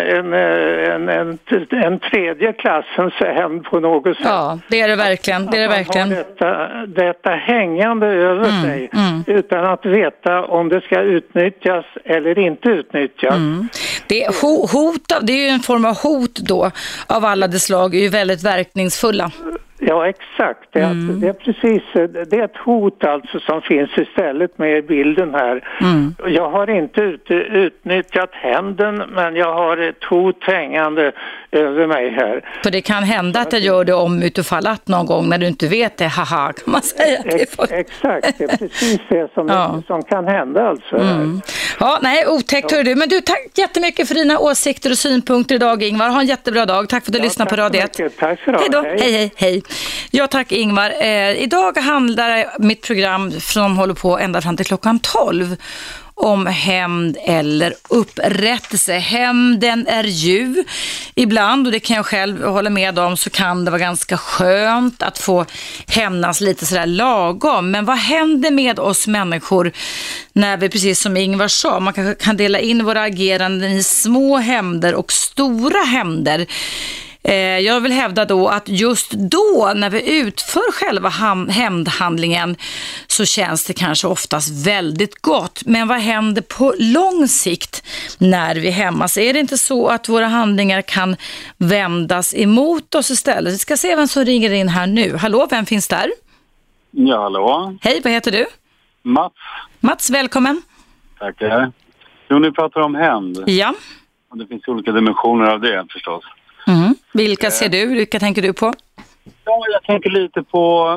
Speaker 7: en tredje klassens hämnd på något sätt.
Speaker 2: Ja, det är det verkligen. Det är det verkligen.
Speaker 7: Detta hängande över sig utan att veta om det ska utnyttjas eller inte utnyttjas.
Speaker 2: Det är ju en form av hot då av alla de slag är ju väldigt verkningsfulla.
Speaker 7: Ja, exakt. Det är precis, det är ett hot alltså som finns istället med i bilden här. Jag har inte utnyttjat hämnden, men jag har ett hot hängande över mig här.
Speaker 2: För det kan hända att jag gör det om utifall att någon gång när du inte vet det, haha, kan man säga.
Speaker 7: Exakt, det är precis det som kan hända alltså.
Speaker 2: Ja, nej, otäckt hör du. Men du, tack jättemycket för dina åsikter och synpunkter idag, Ingvar. Ha en jättebra dag. Tack för att du lyssnade på Radio 1.
Speaker 7: Tack för det.
Speaker 2: Hej då. Hej. Ja, tack Ingvar. Idag handlar mitt program som håller på ända fram till klockan 12 om hämnd eller upprättelse. Hämnden är ju ibland, och det kan jag själv hålla med om, så kan det vara ganska skönt att få hämnas lite sådär lagom. Men vad händer med oss människor när vi, precis som Ingvar sa, man kan dela in våra ageranden i små hämnder och stora hämnder? Jag vill hävda då att just då när vi utför själva hämndhandlingen så känns det kanske oftast väldigt gott. Men vad händer på lång sikt när vi hämmas? Är det inte så att våra handlingar kan vändas emot oss istället? Vi ska se vem som ringer in här nu. Hallå, vem finns där?
Speaker 8: Ja, hallå.
Speaker 2: Hej, vad heter du?
Speaker 8: Mats.
Speaker 2: Mats, välkommen.
Speaker 8: Tackar. Jo, ni pratar om hämnd.
Speaker 2: Ja.
Speaker 8: Och det finns olika dimensioner av det förstås.
Speaker 2: Vilka ser du? Vilka tänker du på?
Speaker 8: Ja, jag tänker lite på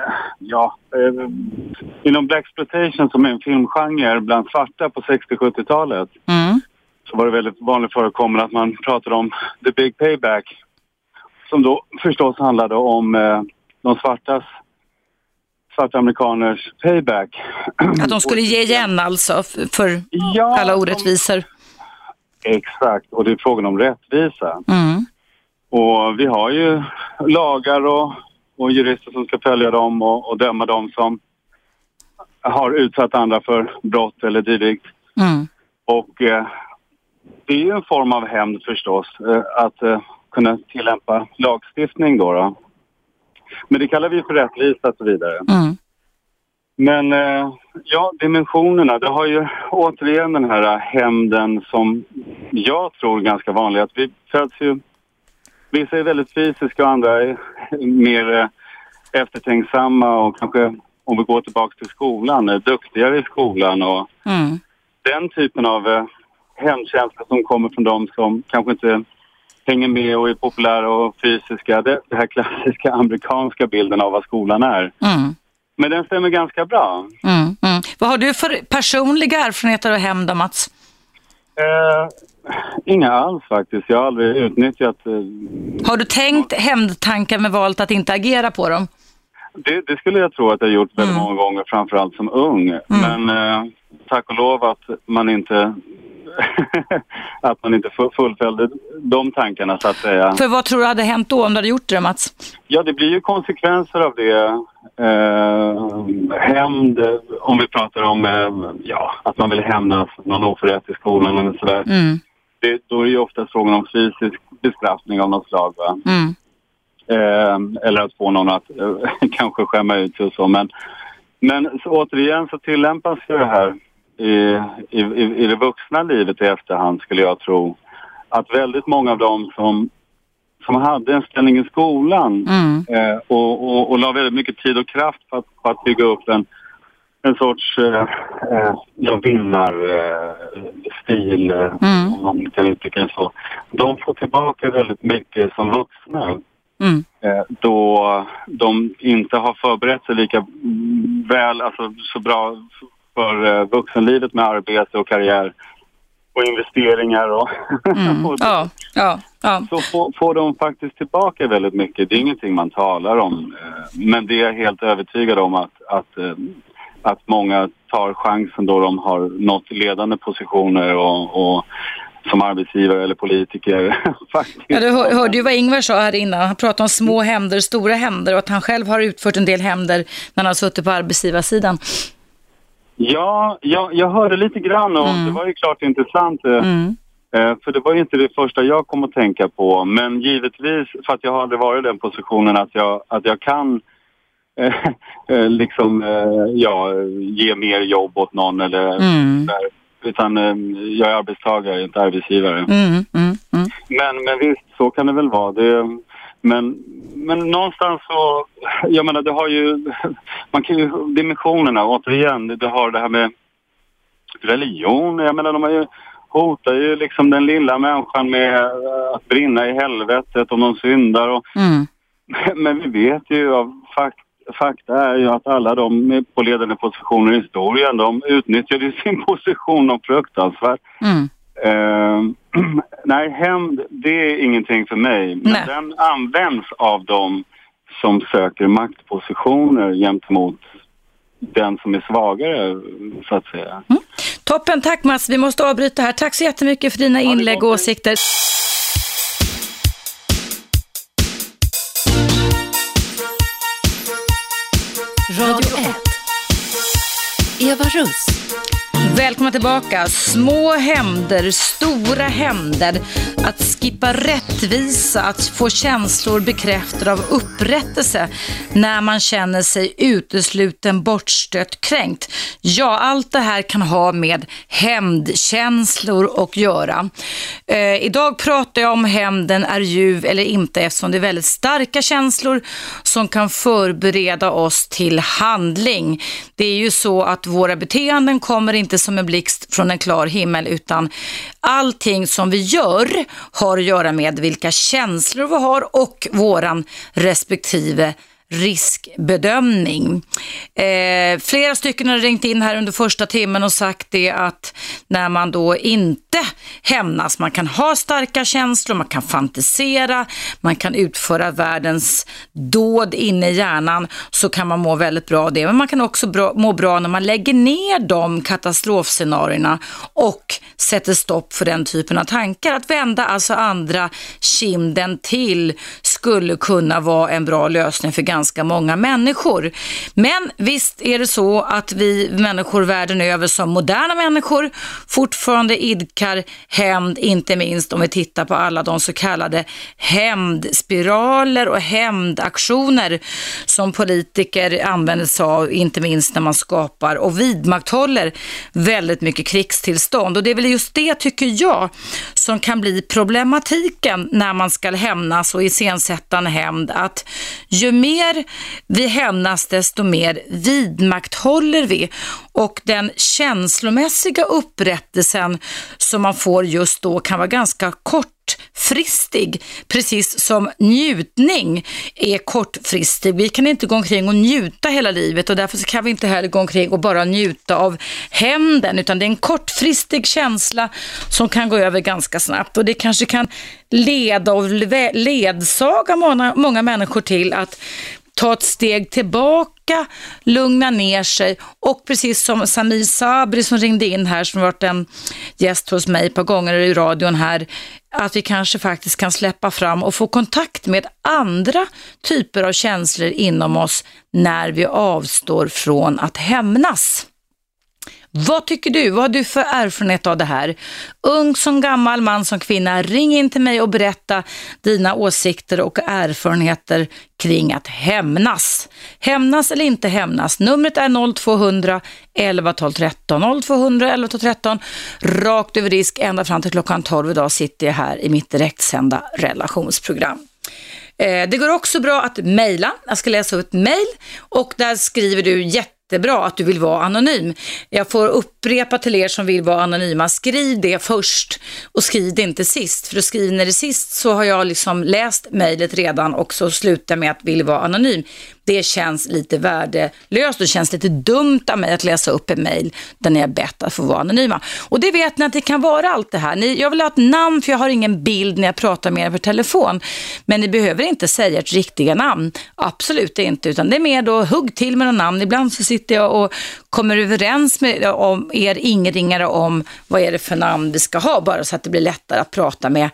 Speaker 8: inom blaxploitation, som är en filmgenre bland svarta på 60-70-talet. Så var det väldigt vanligt förekommande att man pratade om the big payback, som då förstås handlade om de svarta amerikaners payback.
Speaker 2: Att de skulle ge igen alltså för alla orättvisor.
Speaker 8: Exakt, och det är frågan om rättvisa. Och vi har ju lagar och jurister som ska följa dem och döma dem som har utsatt andra för brott eller dylikt. Och det är ju en form av hämnd förstås, att kunna tillämpa lagstiftning då. Men det kallar vi för rättvisa och så vidare. Men dimensionerna, det har ju återigen den här hämnden som jag tror är ganska vanlig. Att vi föds ju, vissa är väldigt fysiska och andra är mer eftertänksamma och kanske, om vi går tillbaka till skolan, är duktigare i skolan och den typen av hämndkänslor som kommer från dem som kanske inte hänger med och är populära och fysiska. Det här klassiska amerikanska bilden av vad skolan är. Men den stämmer ganska bra. Vad har du för personliga erfarenheter av hämnd, Mats? Inga alls faktiskt. Jag har aldrig utnyttjat...
Speaker 2: Har du tänkt hämndtankar med valt att inte agera på dem?
Speaker 8: Det skulle jag tro att jag gjort väldigt många gånger, framförallt som ung. Men tack och lov att man inte... att man inte fullföljde de tankarna, så att säga.
Speaker 2: För vad tror du hade hänt då om du hade gjort det, Mats?
Speaker 8: Ja, det blir ju konsekvenser av det. Hämnd, om vi pratar om att man vill hämnas någon oförrätt i skolan eller sådär. Då är det ju ofta frågan om fysisk bestraffning av något slag, va? Eller att få någon att kanske skämma ut sig och så. Men så, återigen så tillämpas ju det här i det vuxna livet i efterhand, skulle jag tro. Att väldigt många av dem som hade en ställning i skolan och la väldigt mycket tid och kraft på att bygga upp en sorts vinnarstil, om man kan uttrycka det så. De får tillbaka väldigt mycket som vuxna. Då de inte har förberett sig lika väl, alltså så bra för vuxenlivet med arbete och karriär och investeringar och så får de faktiskt tillbaka väldigt mycket. Det är ingenting man talar om, men det är helt övertygad om att många tar chansen då de har nått ledande positioner och som arbetsgivare eller politiker. Faktiskt. Ja,
Speaker 2: du hörde ju vad Ingvar sa här innan. Han pratade om små hämnder, stora hämnder, och att han själv har utfört en del hämnder när han har suttit på arbetsgivarsidan.
Speaker 8: Ja, jag hörde lite grann och det var ju klart intressant. För det var ju inte det första jag kom att tänka på. Men givetvis, för att jag har aldrig varit i den positionen att jag kan ge mer jobb åt någon eller där. Utan jag är arbetstagare, inte arbetsgivare. Men visst, så kan det väl vara. Men någonstans så, jag menar, det har ju, man kan ju, dimensionerna återigen, det har det här med religion, jag menar, de har ju hotar ju liksom den lilla människan med att brinna i helvetet om de syndar. Och, men vi vet ju av fakta är ju att alla de på ledande positioner i historien, de utnyttjade sin position de fruktansvärt. Nej, hämnd, det är ingenting för mig. Men den används av dem som söker maktpositioner gentemot den som är svagare, så att säga.
Speaker 2: Toppen, tack Mats. Vi måste avbryta här. Tack så jättemycket för dina inlägg och åsikter.
Speaker 1: Radio 1. Eva Russ.
Speaker 2: Välkomna tillbaka. Små hämnder, stora hämnder. Att skippa rättvisa, att få känslor bekräftade av upprättelse när man känner sig utesluten, bortstött, kränkt. Ja, allt det här kan ha med hämndkänslor att göra. Idag pratar jag om hämnden är ljuv eller inte, eftersom det är väldigt starka känslor som kan förbereda oss till handling. Det är ju så att våra beteenden kommer inte som en blixt från en klar himmel, utan allting som vi gör har att göra med vilka känslor vi har och våran respektive riskbedömning. Flera stycken har ringt in här under första timmen och sagt det att när man då inte hämnas, man kan ha starka känslor, man kan fantisera, man kan utföra världens dåd inne i hjärnan, så kan man må väldigt bra av det. Men man kan också må bra när man lägger ner de katastrofscenarierna och sätter stopp för den typen av tankar. Att vända alltså andra kinden till skulle kunna vara en bra lösning för ganska många människor. Men visst är det så att vi människor världen över som moderna människor fortfarande idkar hämnd, inte minst om vi tittar på alla de så kallade hämndspiraler och hämndaktioner som politiker använder sig av, inte minst när man skapar och vidmakthåller väldigt mycket krigstillstånd. Och det är väl just det, tycker jag, som kan bli problematiken när man ska hämnas och iscensätta en hämnd, att ju mer vi hämnas desto mer vidmakthåller vi, och den känslomässiga upprättelsen som man får just då kan vara ganska kortfristig, precis som njutning är kortfristig. Vi kan inte gå omkring och njuta hela livet, och därför så kan vi inte heller gå omkring och bara njuta av hämnden, utan det är en kortfristig känsla som kan gå över ganska snabbt, och det kanske kan leda och ledsaga många människor till att ta ett steg tillbaka, lugna ner sig, och precis som Samir Sabri som ringde in här, som varit en gäst hos mig ett par gånger i radion här, att vi kanske faktiskt kan släppa fram och få kontakt med andra typer av känslor inom oss när vi avstår från att hämnas. Vad tycker du? Vad har du för erfarenhet av det här? Ung som gammal, man som kvinna, ring in till mig och berätta dina åsikter och erfarenheter kring att hämnas. Hämnas eller inte hämnas? Numret är 0200 11 12 13. 0200 11 12 13. Rakt över risk ända fram till klockan 12 idag sitter jag här i mitt direktsända relationsprogram. Det går också bra att mejla. Jag ska läsa upp ett mejl, och där skriver du jättebra att du vill vara anonym. Jag får upprepa till er som vill vara anonyma. Skriv det först och skriv det inte sist. För att skriva när det sist så har jag liksom läst mejlet redan och så slutar med att vill vara anonym. Det känns lite värdelöst och känns lite dumt av mig att läsa upp en mejl där ni är bett att få vara anonyma. Och det vet ni att det kan vara allt det här. Jag vill ha ett namn, för jag har ingen bild när jag pratar med er per telefon. Men ni behöver inte säga ett riktiga namn. Absolut inte, utan det är mer då hugg till med någon namn. Ibland så sitter jag och kommer överens med er inringare om vad är det för namn vi ska ha, bara så att det blir lättare att prata med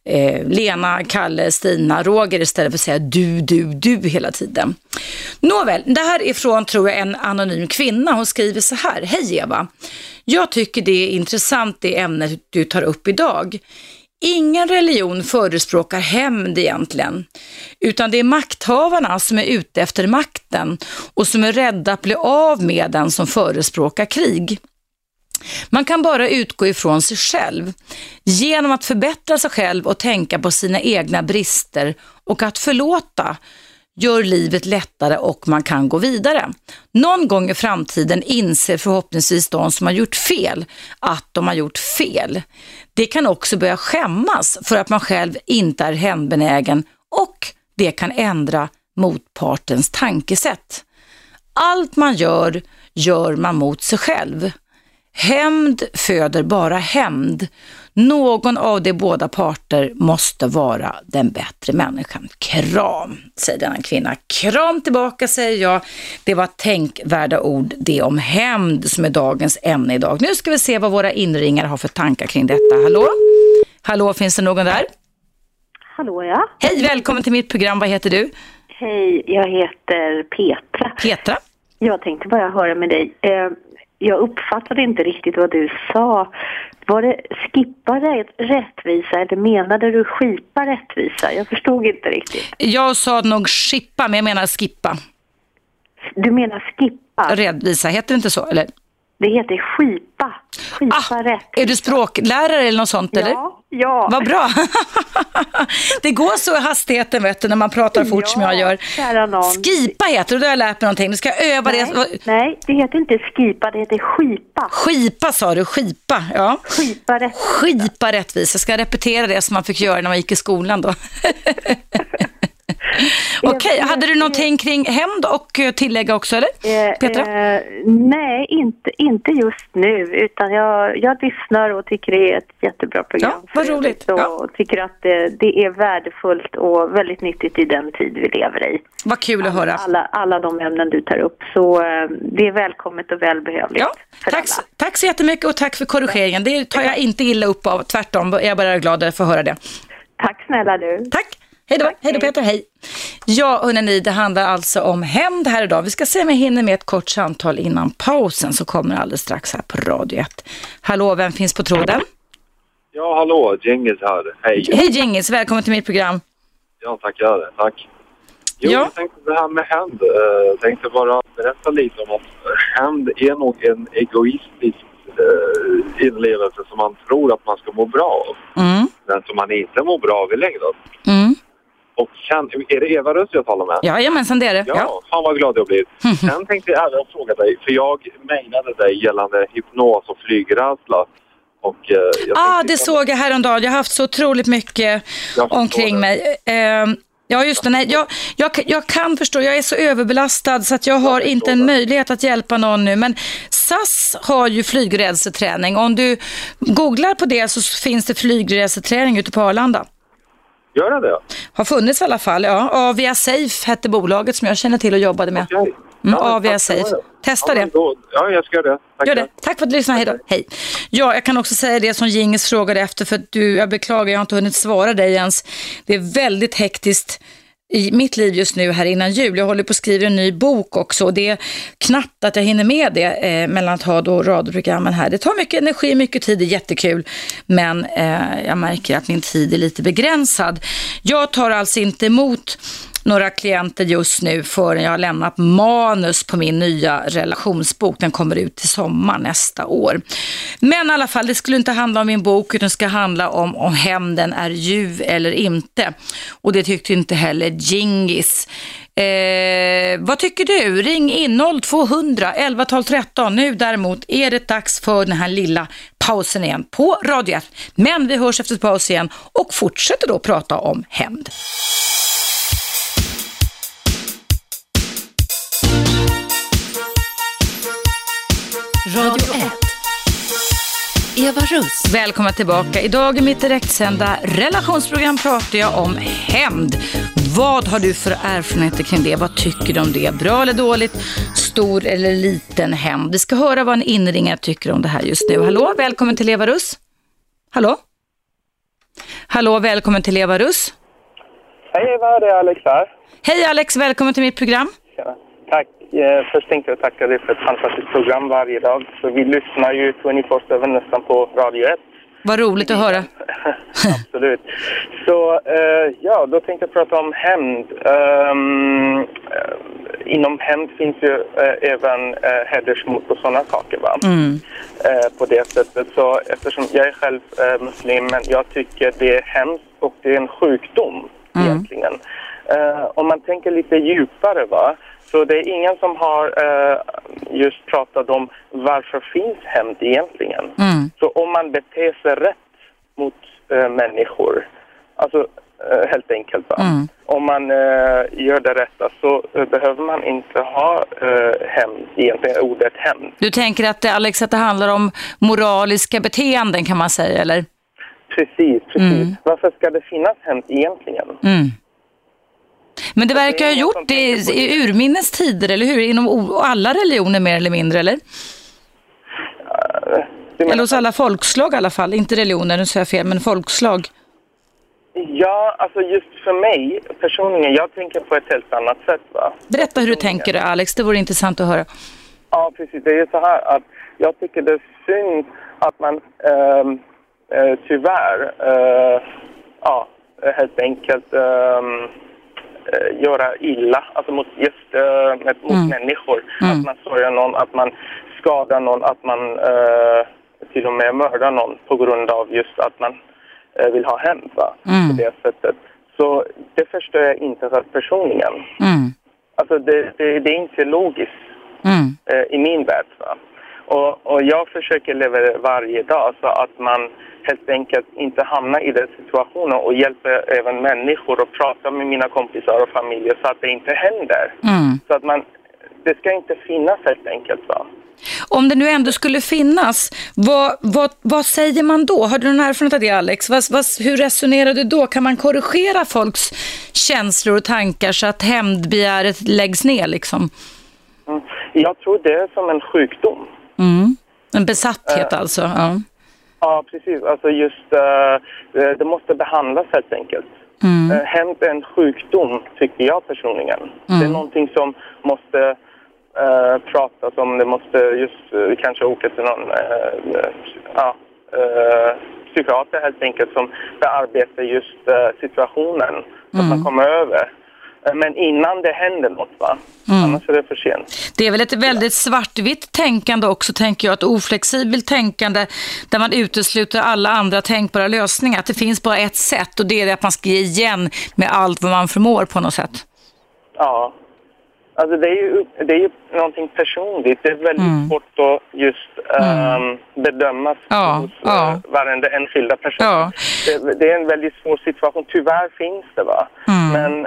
Speaker 2: Lena, Kalle, Stina, Roger istället för att säga du hela tiden. Nåväl, det här är från, tror jag, en anonym kvinna. Hon skriver så här: Hej Eva, jag tycker det är intressant det ämnet du tar upp idag. Ingen religion förespråkar hämnd egentligen, utan det är makthavarna som är ute efter makten och som är rädda att bli av med den som förespråkar krig. Man kan bara utgå ifrån sig själv. Genom att förbättra sig själv och tänka på sina egna brister och att förlåta gör livet lättare och man kan gå vidare. Någon gång i framtiden inser förhoppningsvis de som har gjort fel att de har gjort fel. Det kan också börja skämmas för att man själv inte är hämndbenägen och det kan ändra motpartens tankesätt. Allt man gör man mot sig själv. Hämnd föder bara hämnd. Någon av de båda parter måste vara den bättre människan. Kram, säger denna kvinna. Kram tillbaka, säger jag. Det var tänkvärda ord, det om hämnd som är dagens ämne idag. Nu ska vi se vad våra inringare har för tankar kring detta. Hallå? Hallå, finns det någon där?
Speaker 9: Hallå, ja.
Speaker 2: Hej, välkommen till mitt program. Vad heter du?
Speaker 9: Hej, jag heter Petra.
Speaker 2: Petra?
Speaker 9: Jag tänkte bara höra med dig. Jag uppfattade inte riktigt vad du sa. Var det skippa rättvisa eller menade du skipa rättvisa? Jag förstod inte riktigt.
Speaker 2: Jag sa nog skippa, men jag menar skippa.
Speaker 9: Du menar skippa?
Speaker 2: Rättvisa, heter det inte så, eller?
Speaker 9: Det heter skipa. Skipa rättvisa.
Speaker 2: Är du språklärare eller något sånt, eller?
Speaker 9: Ja.
Speaker 2: Vad bra. Det går så i hastigheten, vet du, när man pratar fort som jag gör. Skipa heter det, då har jag lärt mig någonting. Du ska öva det.
Speaker 9: Nej, det heter inte skipa, det heter skipa.
Speaker 2: Skipa sa du, skipa, ja.
Speaker 9: Skipa rättvisa.
Speaker 2: Skipa rättvisa. Jag ska repetera det som man fick göra när man gick i skolan då. Okej, hade du någonting kring hämnd och tillägga också, eller? Petra?
Speaker 9: Nej, inte just nu, utan jag lyssnar och tycker det är ett jättebra program.
Speaker 2: Ja, vad roligt.
Speaker 9: Och tycker att det är värdefullt och väldigt nyttigt i den tid vi lever i.
Speaker 2: Vad kul att höra.
Speaker 9: Alla de ämnen du tar upp, så det är välkommet och välbehövligt.
Speaker 2: Ja, tack så jättemycket och tack för korrigeringen. Det tar jag inte illa upp av, tvärtom. Jag är bara glad att få höra det.
Speaker 9: Tack snälla du.
Speaker 2: Tack. Hej då Peter, hej. Ja, hörrni, det handlar alltså om hämnd här idag. Vi ska se om jag hinner med ett kort samtal innan pausen, så kommer alldeles strax här på Radio 1. Hallå, vem finns på tråden?
Speaker 10: Ja, hallå, Djengis här. Hej.
Speaker 2: Hej Djengis, välkommen till mitt program.
Speaker 10: Ja, tack. Jo, jag tänkte det här med hämnd. Jag tänkte bara berätta lite om att hämnd är nog en egoistisk inlevelse som man tror att man ska må bra av. Men som man inte mår bra av i längden. Och sen, är det Eva Röss jag talar med?
Speaker 2: Jajamensan, det är det.
Speaker 10: Ja, fan vad glad jag blir. Sen tänkte jag även fråga dig, för jag mejlade dig gällande hypnos och flygrädsla. Och,
Speaker 2: det såg jag häromdagen. Jag har haft så otroligt mycket omkring mig. Ja, just det. Nej, jag kan förstå. Jag är så överbelastad så att jag har inte en möjlighet att hjälpa någon nu. Men SAS har ju flygrädselträning. Om du googlar på det så finns det flygrädselträning ute på Arlanda.
Speaker 10: Gör det?
Speaker 2: Har funnits i alla fall, ja. Avia Safe hette bolaget som jag känner till och jobbade med.
Speaker 10: Okay.
Speaker 2: Avia Safe. Testa det.
Speaker 10: Ja, jag ska göra det.
Speaker 2: Gör det. Tack för att du lyssnade. Hej då. Hej. Ja, jag kan också säga det som Gingis frågade efter, för att jag beklagar, jag har inte hunnit svara dig ens. Det är väldigt hektiskt i mitt liv just nu här innan jul. Jag håller på att skriva en ny bok också. Det är knappt att jag hinner med det mellan att ha då radioprogrammen här. Det tar mycket energi, mycket tid, det är jättekul. Men jag märker att min tid är lite begränsad. Jag tar alltså inte emot några klienter just nu förrän jag har lämnat manus på min nya relationsbok. Den kommer ut till sommar nästa år. Men i alla fall, det skulle inte handla om min bok, utan det ska handla om hämnden är ljuv eller inte. Och det tyckte inte heller Gingis. Vad tycker du? Ring in 0200 11 12 13. Nu däremot är det dags för den här lilla pausen igen på Radio 1. Men vi hörs efter paus igen och fortsätter då prata om hämnd.
Speaker 1: Radio 1. Eva Russ.
Speaker 2: Välkommen tillbaka. Idag i mitt direktsända relationsprogram pratar jag om hämnd. Vad har du för erfarenheter kring det? Vad tycker du om det? Bra eller dåligt? Stor eller liten hämnd? Vi ska höra vad en inringare tycker om det här just nu. Hallå, välkommen till Eva Russ. Hallå, välkommen till Eva Russ.
Speaker 11: Hej Eva, det är Alex här.
Speaker 2: Hej Alex, välkommen till mitt program.
Speaker 11: Ja, tack. Först tänkte jag tacka dig för ett fantastiskt program varje dag. Så vi lyssnar ju 24/7 nästan på Radio 1.
Speaker 2: Vad roligt att höra.
Speaker 11: Absolut. Så då tänkte jag prata om hämnd. Inom hämnd finns ju även hedersmord och sådana saker, va? På det sättet. Så eftersom jag är själv muslim, men jag tycker det är hemskt och det är en sjukdom egentligen. Om man tänker lite djupare, va? Så det är ingen som har just pratat om varför finns hämnd egentligen. Så om man beter sig rätt mot människor, alltså helt enkelt, va? Om man gör det rätta så behöver man inte ha hämnd, egentligen ordet hämnd.
Speaker 2: Du tänker att Alex, att det handlar om moraliska beteenden, kan man säga, eller?
Speaker 11: Precis. Varför ska det finnas hämnd egentligen?
Speaker 2: Men det verkar ha gjort det i urminnes tider, eller hur? Inom alla religioner mer eller mindre, eller? Eller hos alla folkslag i alla fall. Inte religioner, nu säger jag fel, men folkslag.
Speaker 11: Ja, alltså just för mig personligen, jag tänker på ett helt annat sätt, va?
Speaker 2: Berätta hur du tänker, Alex. Det vore intressant att höra.
Speaker 11: Ja, precis. Det är så här att jag tycker det är synd att man tyvärr helt enkelt göra illa, alltså mot människor. Att man sårar någon, att man skadar någon, att man till och med mördar någon på grund av just att man vill ha hämnd, va? På det sättet. Så det förstår jag inte för personligen. Alltså det är inte logiskt i min värld, va? Och jag försöker leva varje dag så att man helt enkelt inte hamnar i den situationen och hjälper även människor och pratar med mina kompisar och familjer så att det inte händer. Så att det ska inte finnas helt enkelt, va?
Speaker 2: Om det nu ändå skulle finnas, vad säger man då? Har du någon erfarenhet av det, Alex? Hur resonerar du då? Kan man korrigera folks känslor och tankar så att hämndbegäret läggs ner, liksom?
Speaker 11: Jag tror det är som en sjukdom.
Speaker 2: En besatthet alltså, ja.
Speaker 11: Ja, precis. Alltså just det måste behandlas helt enkelt. Hämnd är en sjukdom, tycker jag personligen. Det är någonting som måste pratas om. Det måste just kanske åka till någon psykiater helt enkelt som bearbetar just situationen så att man kommer över. Men innan det händer något, va? Annars är det för sent.
Speaker 2: Det är väl ett väldigt svartvitt tänkande också, tänker jag. Ett oflexibelt tänkande där man utesluter alla andra tänkbara lösningar. Att det finns bara ett sätt och det är att man ska ge igen med allt vad man förmår på något sätt. Ja.
Speaker 11: Alltså det är ju någonting personligt. Det är väldigt svårt att just bedömas hos varenda enskilda person. Det är en väldigt svår situation. Tyvärr finns det, va? Men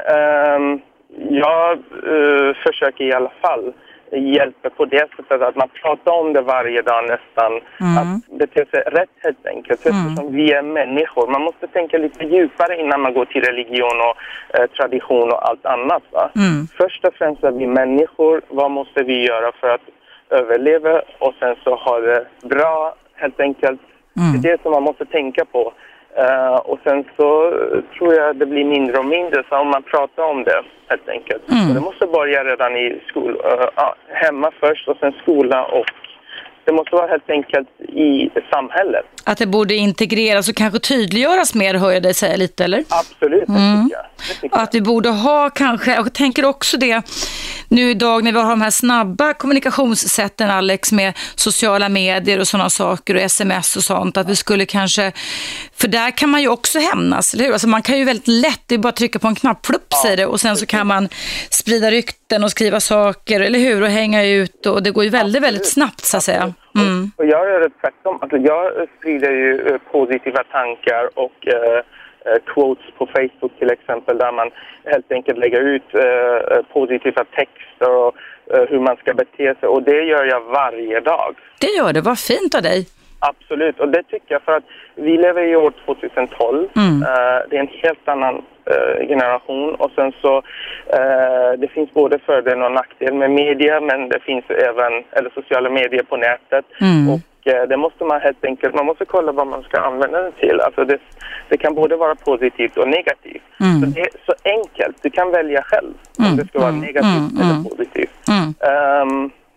Speaker 11: jag försöker i alla fall hjälpa på det sättet att man pratar om det varje dag nästan. Att bete sig rätt helt enkelt. Eftersom vi är människor. Man måste tänka lite djupare innan man går till religion och tradition och allt annat, va? Först och främst är vi människor. Vad måste vi göra för att överleva? Och sen så ha det bra helt enkelt. Det är det som man måste tänka på. Och sen så tror jag det blir mindre och mindre så om man pratar om det helt enkelt. Och det måste börja redan i hemma först och sen skola och det måste vara helt enkelt i samhället. Att det borde integreras och kanske tydliggöras mer, hör jag dig säga lite, eller? Absolut, det tycker jag. Att vi borde ha kanske, jag tänker också det nu idag när vi har de här snabba kommunikationssätten, Alex, med sociala medier och sådana saker och sms och sånt, att vi skulle kanske, för där kan man ju också hämnas, eller hur? Alltså man kan ju väldigt lätt, det är bara att trycka på en knappflupp, säger det, och sen så kan man sprida rykten och skriva saker, eller hur? Och hänga ut, och det går ju väldigt, väldigt snabbt, så att säga. Och jag gör det tvärtom. Alltså jag sprider ju positiva tankar och quotes på Facebook till exempel där man helt enkelt lägger ut positiva texter och hur man ska bete sig. Och det gör jag varje dag. Det gör det, vad fint av dig. Absolut, och det tycker jag för att vi lever i år 2012. Det är en helt annan generation och sen så det finns både fördel och nackdel med media, men det finns även sociala medier på nätet och det måste man helt enkelt, man måste kolla vad man ska använda det till. Alltså det kan både vara positivt och negativt. Så det är så enkelt, du kan välja själv om det ska vara negativt eller positivt.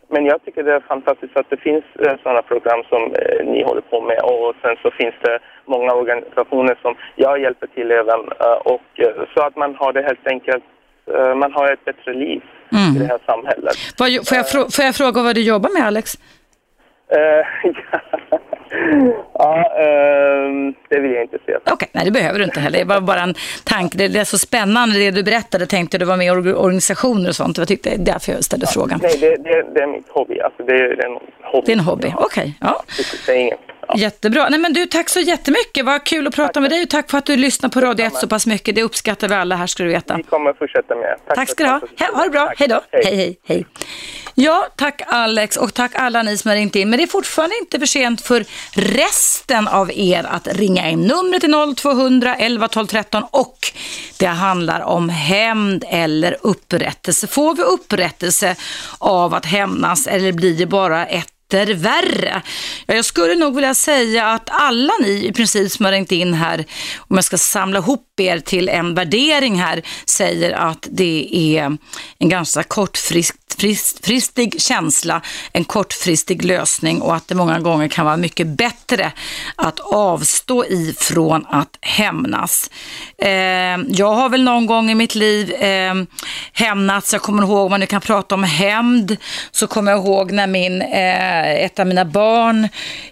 Speaker 11: Men jag tycker det är fantastiskt att det finns sådana program som ni håller på med, och sen så finns det många organisationer som jag hjälper till även, och så att man har det helt enkelt, man har ett bättre liv i det här samhället.
Speaker 2: Får jag fråga vad du jobbar med, Alex?
Speaker 11: Det vill jag inte säga.
Speaker 2: Okej, nej, det behöver du inte heller. Det var bara en tanke. Det är så spännande det du berättade. Tänkte du var med i organisationer och sånt. Jag tyckte det är därför jag ställde frågan.
Speaker 11: Nej, det är mitt hobby. Alltså, det är en hobby.
Speaker 2: Det är en hobby, okej. Ja.
Speaker 11: Det är inget. Ja.
Speaker 2: Jättebra. Nej, men du, tack så jättemycket. Vad kul att prata med dig, och tack för att du lyssnar på Radio 1 så pass mycket. Det uppskattar vi alla här, ska du veta.
Speaker 11: Vi kommer fortsätta med.
Speaker 2: Tack ska du ha. Ha det bra. Tack. Hej då. Hej. Ja, tack Alex, och tack alla ni som har ringt in. Men det är fortfarande inte för sent för resten av er att ringa in. Numret är 0200 11 12 13, och det handlar om hämnd eller upprättelse. Får vi upprättelse av att hämnas, eller blir det bara värre? Ja, jag skulle nog vilja säga att alla ni i princip som har ringt in här, om jag ska samla ihop er till en värdering här, säger att det är en ganska kortfristig känsla, en kortfristig lösning, och att det många gånger kan vara mycket bättre att avstå ifrån att hämnas. Jag har väl någon gång i mitt liv hämnats. Jag kommer ihåg, om man nu kan prata om hämnd, så kommer jag ihåg när ett av mina barn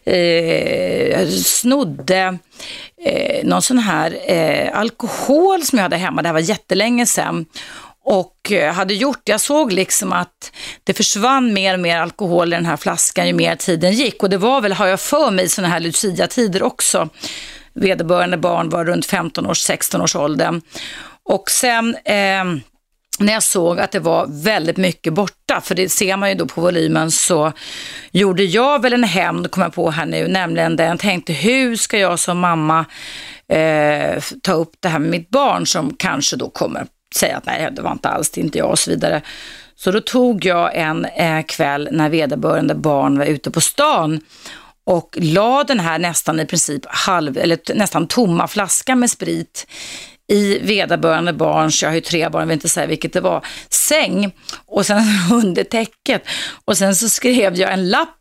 Speaker 2: snodde någon sån här alkohol som jag hade hemma. Det här var jättelänge sedan. Och hade gjort, jag såg liksom att det försvann mer och mer alkohol i den här flaskan ju mer tiden gick. Och det var väl, har jag för mig, såna här Lucia-tider också. Vederbörande barn var runt 16 års åldern. Och sen när jag såg att det var väldigt mycket borta, för det ser man ju då på volymen, så gjorde jag väl en hämnd, kommer jag på här nu, nämligen den. Jag tänkte, hur ska jag som mamma ta upp det här med mitt barn, som kanske då kommer säga att nej, det var inte alls, det är inte jag, och så vidare. Så då tog jag en kväll när vederbörande barn var ute på stan och la den här nästan i princip nästan tomma flaskan med sprit i vederbörande barns, jag har ju 3 barn, jag vill inte säga vilket det var, säng, och sen under täcket, och sen så skrev jag en lapp,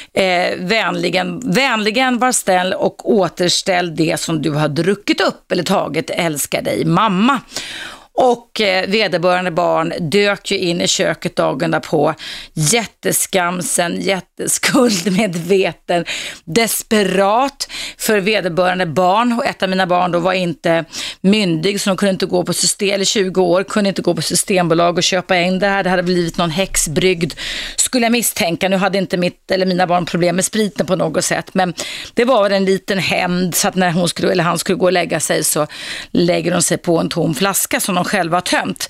Speaker 2: vänligen var snäll och återställ det som du har druckit upp eller tagit, älskar dig mamma. Och vederbörande barn dök ju in i köket dagen därpå, jätteskamsen, jätteskuldmedveten, desperat, för vederbörande barn, och ett av mina barn då var inte myndig, så de kunde inte gå på system, eller 20 år, kunde inte gå på Systembolag och köpa in det här. Det hade blivit någon häxbrygd, skulle jag misstänka. Nu hade inte mina barn problem med spriten på något sätt, men det var en liten hämnd, så att när han skulle gå och lägga sig, så lägger de sig på en tom flaska som de själva har tömt.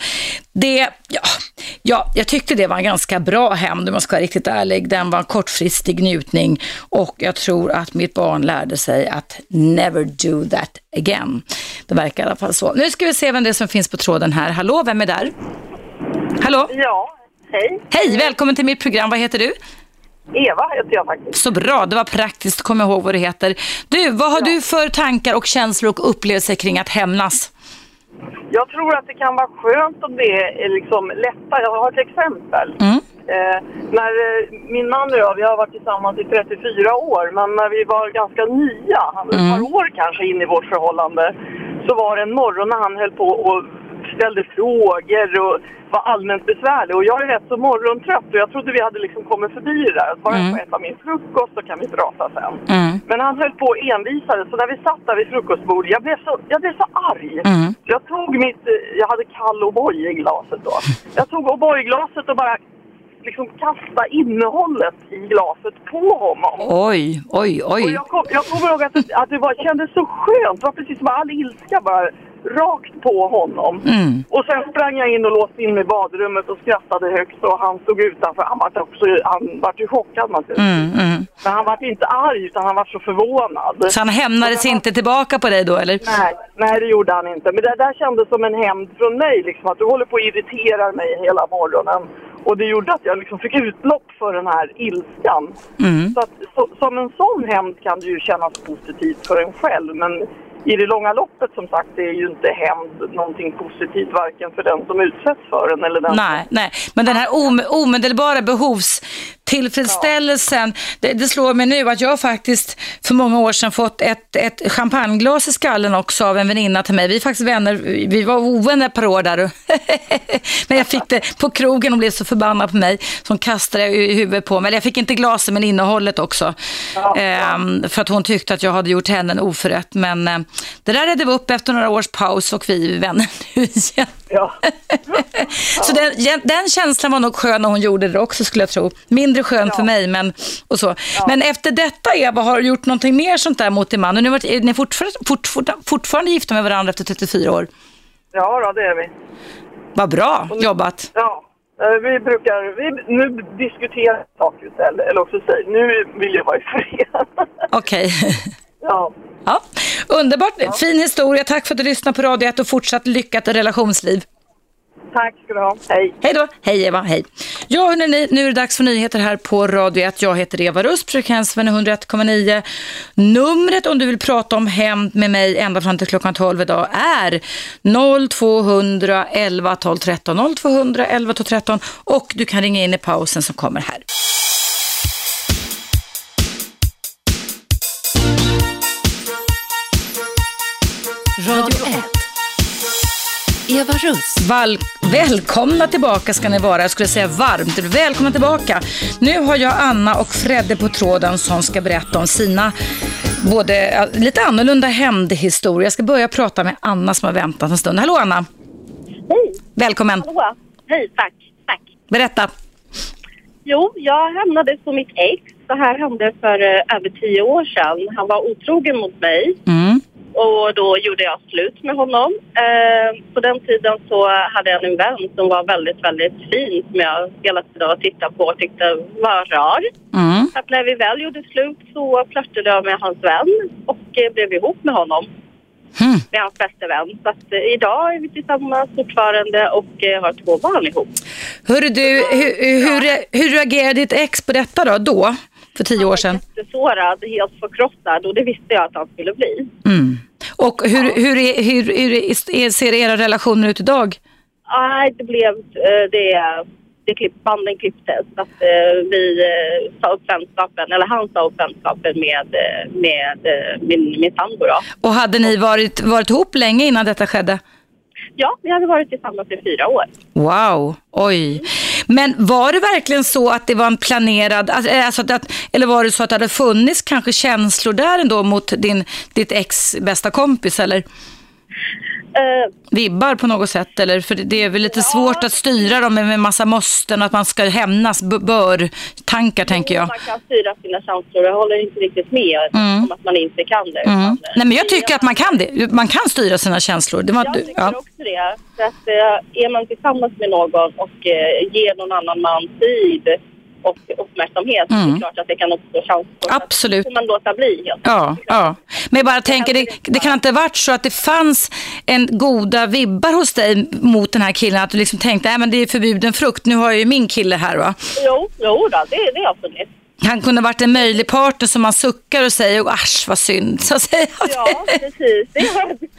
Speaker 2: Jag tyckte det var en ganska bra hämnd, om man ska vara riktigt ärlig. Den var en kortfristig njutning, och jag tror att mitt barn lärde sig att never do that again. Det verkar i alla fall så. Nu ska vi se vem det är som finns på tråden här. Hallå, vem är där? Hallå?
Speaker 12: Ja, hej.
Speaker 2: Hej, välkommen till mitt program. Vad heter du?
Speaker 12: Eva heter jag faktiskt.
Speaker 2: Så bra, det var praktiskt. Kom ihåg vad du heter. Du, vad har du för tankar och känslor och upplevelser kring att hämnas?
Speaker 12: Jag tror att det kan vara skönt om det är liksom lättare. Jag har ett exempel. När min man och jag, vi har varit tillsammans i 34 år, men när vi var ganska nya, ett par år kanske in i vårt förhållande, så var det en morgon när han höll på och ställde frågor och var allmänt besvärlig. Och jag är rätt så morgontrött, och jag trodde vi hade liksom kommit förbi det där. Bara få äta min frukost, så kan vi prata sen. Men han höll på och envisade, så när vi satt där vid frukostbordet, jag blev så arg. Jag tog jag hade kall O'boy i glaset då. Jag tog O'boy-glaset och bara liksom kasta innehållet i glaset på honom.
Speaker 2: Oj. Och
Speaker 12: jag kommer ihåg att det kändes så skönt. Det var precis som all ilska bara rakt på honom. Och sen sprang jag in och låste in mig i badrummet och skrattade högt, och han stod utanför. Han var ju chockad. Men han var inte arg, utan han var så förvånad.
Speaker 2: Så han hämnades inte tillbaka på dig då, eller?
Speaker 12: Nej, det gjorde han inte. Men det där kändes som en hämnd från mig, liksom, att du håller på att irritera mig hela morgonen. Och det gjorde att jag liksom fick utlopp för den här ilskan. Så att, som en sån hämnd kan det ju kännas positivt för en själv. Men i det långa loppet, som sagt, det är ju inte hämnd någonting positivt varken för den som utsätts för den eller den.
Speaker 2: Nej. Men den här omedelbara behovstillfredsställelsen, det slår mig nu att jag faktiskt för många år sedan fått ett champagneglas i skallen också av en väninna till mig. Vi är faktiskt vänner, vi var ovänner ett par år där. Men jag fick det på krogen och blev så förbannad på mig som kastade i huvudet på mig. Jag fick inte glaset men innehållet också. För att hon tyckte att jag hade gjort henne en oförrätt. Men det där redde vi upp efter några års paus och vi är vänner nu igen.
Speaker 12: Ja.
Speaker 2: Så den känslan var nog skön när hon gjorde det också, skulle jag tro. Mindre skön för mig, men och så. Men efter detta, Eva, har du gjort någonting mer sånt där mot din man? Och nu är ni fortfarande gifta med varandra efter 34 år?
Speaker 12: Ja, då, det är vi.
Speaker 2: Vad bra jobbat.
Speaker 12: Ja. Vi nu diskuterar saker istället, eller också säger nu vill jag vara i fred.
Speaker 2: Okej.
Speaker 12: Ja.
Speaker 2: Ja, underbart. Fin historia. Tack för att du lyssnade på Radio 1 och fortsatt lyckat relationsliv.
Speaker 12: Tack ska du ha. Hej.
Speaker 2: Hej då. Hej Eva. Hej. Ja, hörni, nu är det dags för nyheter här på Radio 1. Jag heter Eva Rust, frekvensen 101,9. Numret om du vill prata om hämnd med mig ända fram till klockan 12 idag är 0200 11 12 13 0200 11 12 13 och du kan ringa in i pausen som kommer här.
Speaker 1: Radio 1. Eva Rust.
Speaker 2: Välkomna tillbaka ska ni vara. Jag skulle säga varmt. Välkomna tillbaka. Nu har jag Anna och Fredde på tråden som ska berätta om sina både lite annorlunda hämndhistoria. Jag ska börja prata med Anna som har väntat en stund. Hallå Anna.
Speaker 13: Hej.
Speaker 2: Välkommen.
Speaker 13: Hallå. Hej, tack.
Speaker 2: Berätta.
Speaker 13: Jo, jag hamnade på mitt ex. Det här hände för över 10 år sedan. Han var otrogen mot mig. Och då gjorde jag slut med honom. På den tiden så hade jag en vän som var väldigt, väldigt fin. Som jag hela tiden tittade på och tyckte var rar. Att när vi väl gjorde slut så flörtade jag med hans vän. Och blev ihop med honom. Med hans bästa vän. Så att, idag är vi tillsammans fortfarande och har 2 barn ihop.
Speaker 2: Hörru du, hur reagerade ditt ex på detta då? För 10 år sedan.
Speaker 13: Han var jättesårad, helt förkrossad och det visste jag att han skulle bli.
Speaker 2: Och hur ser era relationer ut idag?
Speaker 13: Nej, det blev banden klipptes. Att vi sa upp vänskapen, eller han sa upp vänskapen med min sambo då.
Speaker 2: Och hade ni varit ihop länge innan detta skedde?
Speaker 13: Ja, vi hade varit tillsammans i 4 år.
Speaker 2: Wow, oj. Men var det verkligen så att det var en planerad, eller var det så att det hade funnits kanske känslor där ändå mot ditt ex bästa kompis, eller? Vibbar på något sätt, eller? För det är väl lite svårt att styra dem med massa måsten, att man ska hämnas, tankar tänker jag.
Speaker 13: Man kan styra sina känslor, jag håller inte riktigt med om att man inte kan det.
Speaker 2: Nej, men jag tycker att man kan det. Man kan styra sina känslor.
Speaker 13: Jag tycker också det. Så att, är man tillsammans med någon och ger någon annan man tid och uppmärksamhet, så är det klart att det kan uppstå känslor.
Speaker 2: Absolut.
Speaker 13: Så man låta bli helt.
Speaker 2: Ja. Men jag bara tänker, det kan inte ha varit så att det fanns en goda vibbar hos dig mot den här killen, att du liksom tänkte, men det är förbjuden frukt, nu har jag ju min kille här, va?
Speaker 13: Jo då, det har funnits.
Speaker 2: Han kunde ha varit en möjlig partner som man suckar och säger, asch vad synd, så säger jag.
Speaker 13: Ja, precis. Jag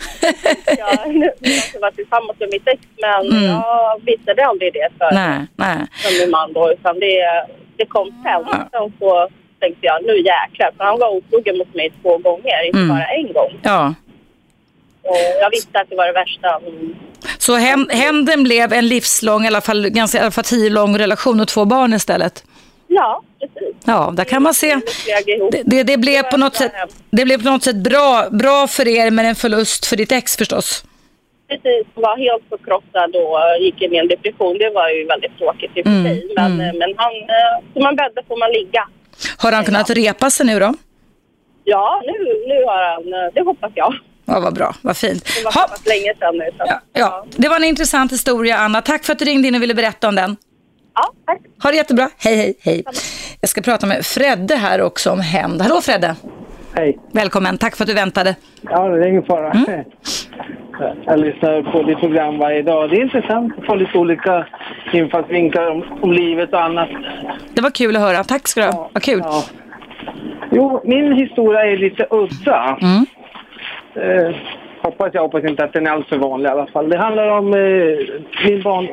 Speaker 13: har varit tillsammans med mitt ex, men jag visste aldrig det för min man då, utan det kom sen. Sen så tänkte jag, nu jäklar, för han var otrogen mot mig 2 gånger, inte bara en gång.
Speaker 2: Ja.
Speaker 13: Och jag visste att det var det värsta.
Speaker 2: Så hämnden blev en livslång, i alla fall 10-lång relation och 2 barn istället?
Speaker 13: Ja, precis.
Speaker 2: Ja, där kan man se. Det blev på något sätt bra för er, men en förlust för ditt ex förstås.
Speaker 13: Precis, var helt förkrossad och gick in i en depression. Det var ju väldigt tråkigt i sig. Men han, som man bäddar får man ligga.
Speaker 2: Har han kunnat repa sig nu då?
Speaker 13: Ja, nu har han, det hoppas jag.
Speaker 2: Ja, vad bra, vad fint.
Speaker 13: Det var så länge sedan nu.
Speaker 2: Ja, det var en intressant historia, Anna. Tack för att du ringde in och ville berätta om den.
Speaker 13: Ja, tack.
Speaker 2: Ha det jättebra. Hej. Jag ska prata med Fredde här också om hämnd. Hallå Fredde.
Speaker 14: Hej.
Speaker 2: Välkommen, tack för att du väntade.
Speaker 14: Ja, det är ingen fara. Jag lyssnar på ditt program varje dag. Det är intressant att få lite olika infallsvinklar om livet och annat.
Speaker 2: Det var kul att höra. Tack ska du ha. Vad kul.
Speaker 14: Ja. Jo, min historia är lite udda. hoppas inte att den är alltför vanlig i alla fall. Det handlar om min barn...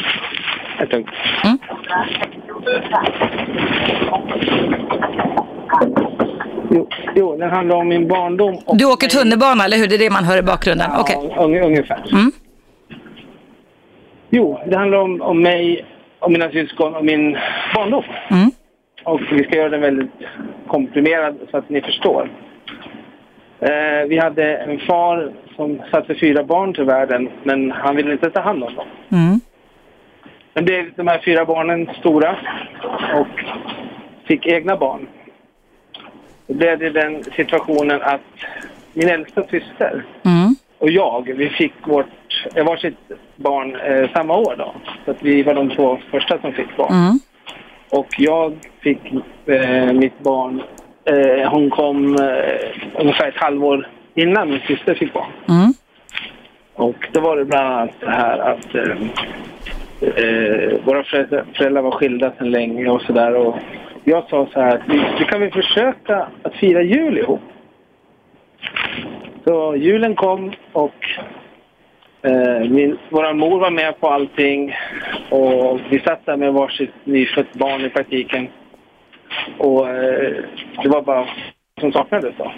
Speaker 14: Jo, det handlar om min barndom.
Speaker 2: Du åker tunnelbana, eller hur? Det är det man hör i bakgrunden?
Speaker 14: Ja,
Speaker 2: okay.
Speaker 14: Ungefär. Jo, det handlar om mig och mina syskon och min barndom. Och vi ska göra den väldigt komprimerad så att ni förstår. Vi hade en far som satte 4 barn till världen, men han ville inte ta hand om dem. Men blev de här 4 barnen stora och fick egna barn. Då blev det den situationen att min äldsta syster och vi fick varsitt barn samma år då. Så att vi var de 2 första som fick barn. Och jag fick mitt barn, hon kom ungefär ett halvår innan min syster fick barn. Och då var det bland annat det här att våra föräldrar var skilda sedan länge och sådär. Och jag sa så här att vi kan väl försöka att fira jul ihop. Så julen kom och våra mor var med på allting. Och vi satt där med varsitt nyfött barn i praktiken. Och det var bara som saknades då.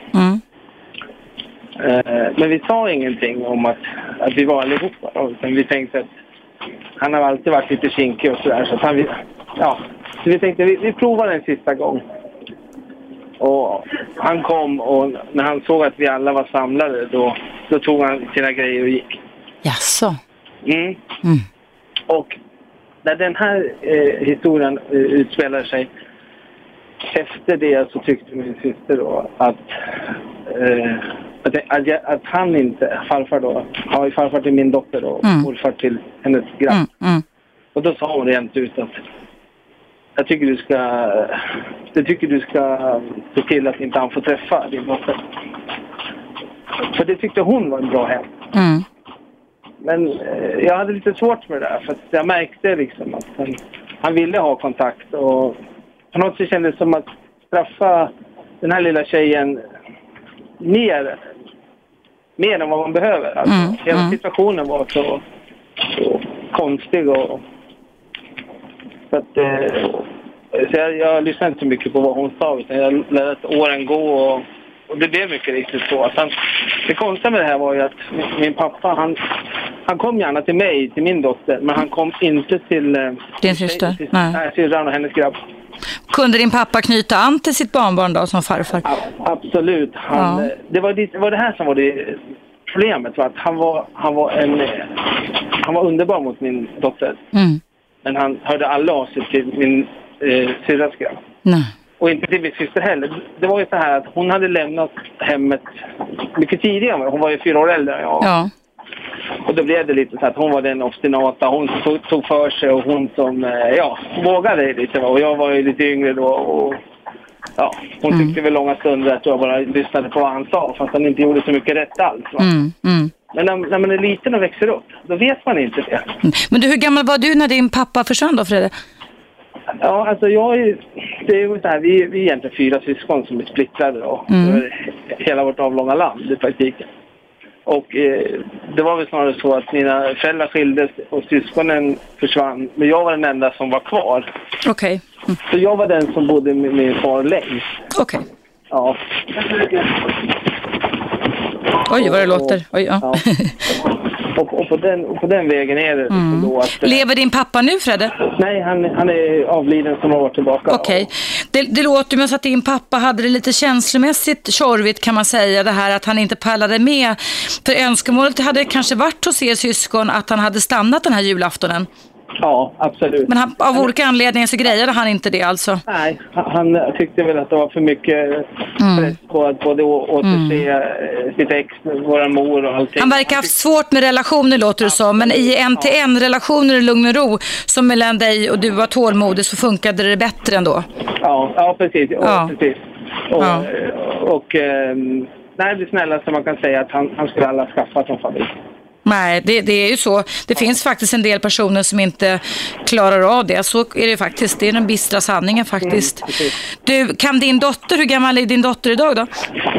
Speaker 14: Men vi sa ingenting om att vi var allihopa. Utan vi tänkte att han har alltid varit lite kinkig och sådär. Så vi tänkte vi provar en sista gång. Och han kom och när han såg att vi alla var samlade då tog han sina grejer och gick.
Speaker 2: Jaså?
Speaker 14: Och när den här historien utspelar sig efter det så tyckte min syster då att han inte, farfar då, har ju farfar till min dotter och morfar till hennes grabb. Och då sa hon rent ut att jag tycker du ska se till att inte han får träffa din dotter. För det tyckte hon var en bra hem. Men jag hade lite svårt med det där för att jag märkte liksom att han ville ha kontakt och på något sätt kändes det som att straffa den här lilla tjejen mer än vad man behöver. Alltså, hela situationen var så konstig och så jag lyssnade inte så mycket på vad hon sa utan jag lät åren gå och det blev mycket riktigt så. Att det konstiga med det här var ju att min pappa, han kom gärna till mig, till min dotter, men han kom inte till
Speaker 2: din syster?
Speaker 14: Nej, syrran och hennes grabb.
Speaker 2: Kunde din pappa knyta an till sitt barnbarn då som farfar?
Speaker 14: Absolut. Det var det här som var det problemet. Att han var underbar mot min dotter. Men han hörde alla av sig till min syrras grabb. Och inte till min syster heller. Det var ju så här att hon hade lämnat hemmet mycket tidigare. Hon var ju 4 år äldre än jag. Och då blev det lite så att hon var den obstinata. Hon tog för sig och hon som vågade lite. Och jag var ju lite yngre då. Och hon tyckte väl långa stunder att jag bara lyssnade på vad han sa. Fast han inte gjorde så mycket rätt alls. Men när man är liten och växer upp, då vet man inte det.
Speaker 2: Men du, hur gammal var du när din pappa försvann då, Fredrik?
Speaker 14: Ja, alltså det är ju så här, vi är egentligen 4 syskon som är splittrade då. Hela vårt avlånga land i praktiken. Och det var väl snarare så att mina föräldrar skildes och syskonen försvann. Men jag var den enda som var kvar.
Speaker 2: Okej.
Speaker 14: Så jag var den som bodde med min far längst.
Speaker 2: Okej.
Speaker 14: Ja.
Speaker 2: Oj, vad det låter. Oj, ja.
Speaker 14: Och på den vägen är det då att...
Speaker 2: Lever din pappa nu, Fredde?
Speaker 14: Nej, han är avliden som år tillbaka.
Speaker 2: Okej. Det låter ju som att din pappa hade det lite känslomässigt tjorvigt kan man säga. Det här att han inte pallade med. För önskemålet hade kanske varit hos er syskon att han hade stannat den här julaftonen.
Speaker 14: Ja, absolut.
Speaker 2: Men av olika anledningar så grejade han inte det alltså?
Speaker 14: Nej, han tyckte väl att det var för mycket press på att både återse sitt ex, våra mor och allting.
Speaker 2: Han verkar haft svårt med relationer låter det som, men i en-till-en-relationer i lugn och ro som mellan dig och du var tålmodig så funkade det bättre ändå.
Speaker 14: Ja, precis. Precis. Nej, det snällaste man kan säga att han skulle alla skaffa som familj.
Speaker 2: Nej, det är ju så. Det finns faktiskt en del personer som inte klarar av det. Så är det faktiskt. Det är den bistra sanningen faktiskt. Du, kan din dotter, hur gammal är din dotter idag då?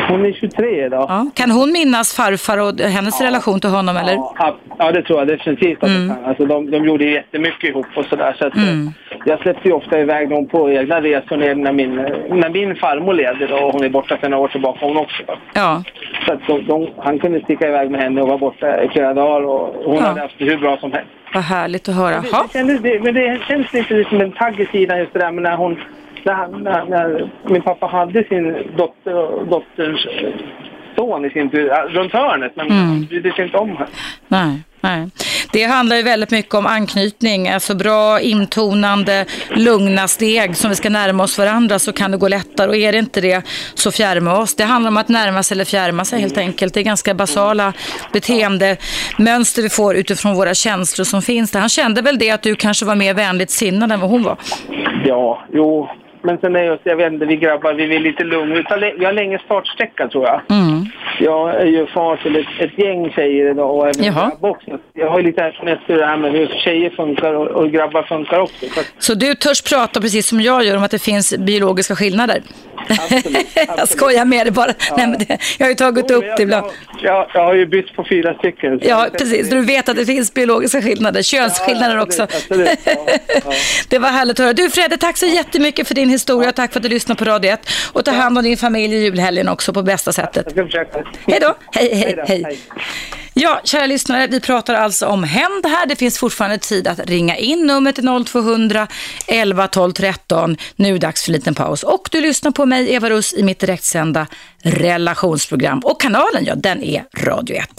Speaker 14: Hon är 23 idag.
Speaker 2: Ja. Kan hon minnas farfar och hennes relation till honom, eller?
Speaker 14: Ja, det tror jag definitivt att det kan. Alltså, de gjorde jättemycket ihop och sådär. Så att, jag släppte ju ofta iväg dem på egna resor när min farmor levde då, och hon är borta sedan några år tillbaka hon också.
Speaker 2: Ja.
Speaker 14: Så att han kunde sticka iväg med henne och vara borta i flera dagar, och hon hade haft det hur bra som helst.
Speaker 2: Vad härligt att höra.
Speaker 14: Det känns lite som en tagg i sidan just det där, men när min pappa hade sin dotters son i sin tur runt hörnet, men det ser inte om här.
Speaker 2: Nej. Det handlar ju väldigt mycket om anknytning, alltså bra intonande, lugna steg som vi ska närma oss varandra, så kan det gå lättare, och är det inte det så fjärma oss. Det handlar om att närma sig eller fjärma sig helt enkelt. Det är ganska basala beteendemönster vi får utifrån våra känslor som finns där. Han kände väl det att du kanske var mer vänligt sinnad än vad hon var?
Speaker 14: Ja, jo. Men sen är jag vet inte, vi grabbar, vi är lite lugna. Vi har länge startsträcka, tror jag. Jag är ju far till ett gäng tjejer idag, och även grabbar också. Jag har ju lite erfarenhet för det här med hur tjejer funkar och grabbar funkar också.
Speaker 2: Så du törs prata precis som jag gör om att det finns biologiska skillnader? Absolut. Jag skojar med det bara. Ja. Nej, men jag har ju tagit upp det ibland.
Speaker 14: Jag har ju bytt på 4 stycken.
Speaker 2: Ja, precis. Du vet att det finns biologiska skillnader. Könsskillnader också.
Speaker 14: Absolut.
Speaker 2: Det var härligt att höra. Du Fredde, tack så jättemycket för din historia. Tack för att du lyssnade på Radio 1. Och ta hand om din familj i julhelgen också på bästa sättet.
Speaker 14: Jag ska försöka.
Speaker 2: Hej då. Hej. Ja, kära lyssnare, vi pratar alltså om hämnd här. Det finns fortfarande tid att ringa in. Numret är 0200 11 12 13. Nu är dags för en liten paus. Och du lyssnar på mig, Eva Russ, i mitt direktsända relationsprogram. Och kanalen, ja, den är Radio 1.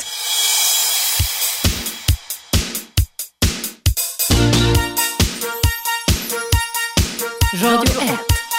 Speaker 1: Radio 1.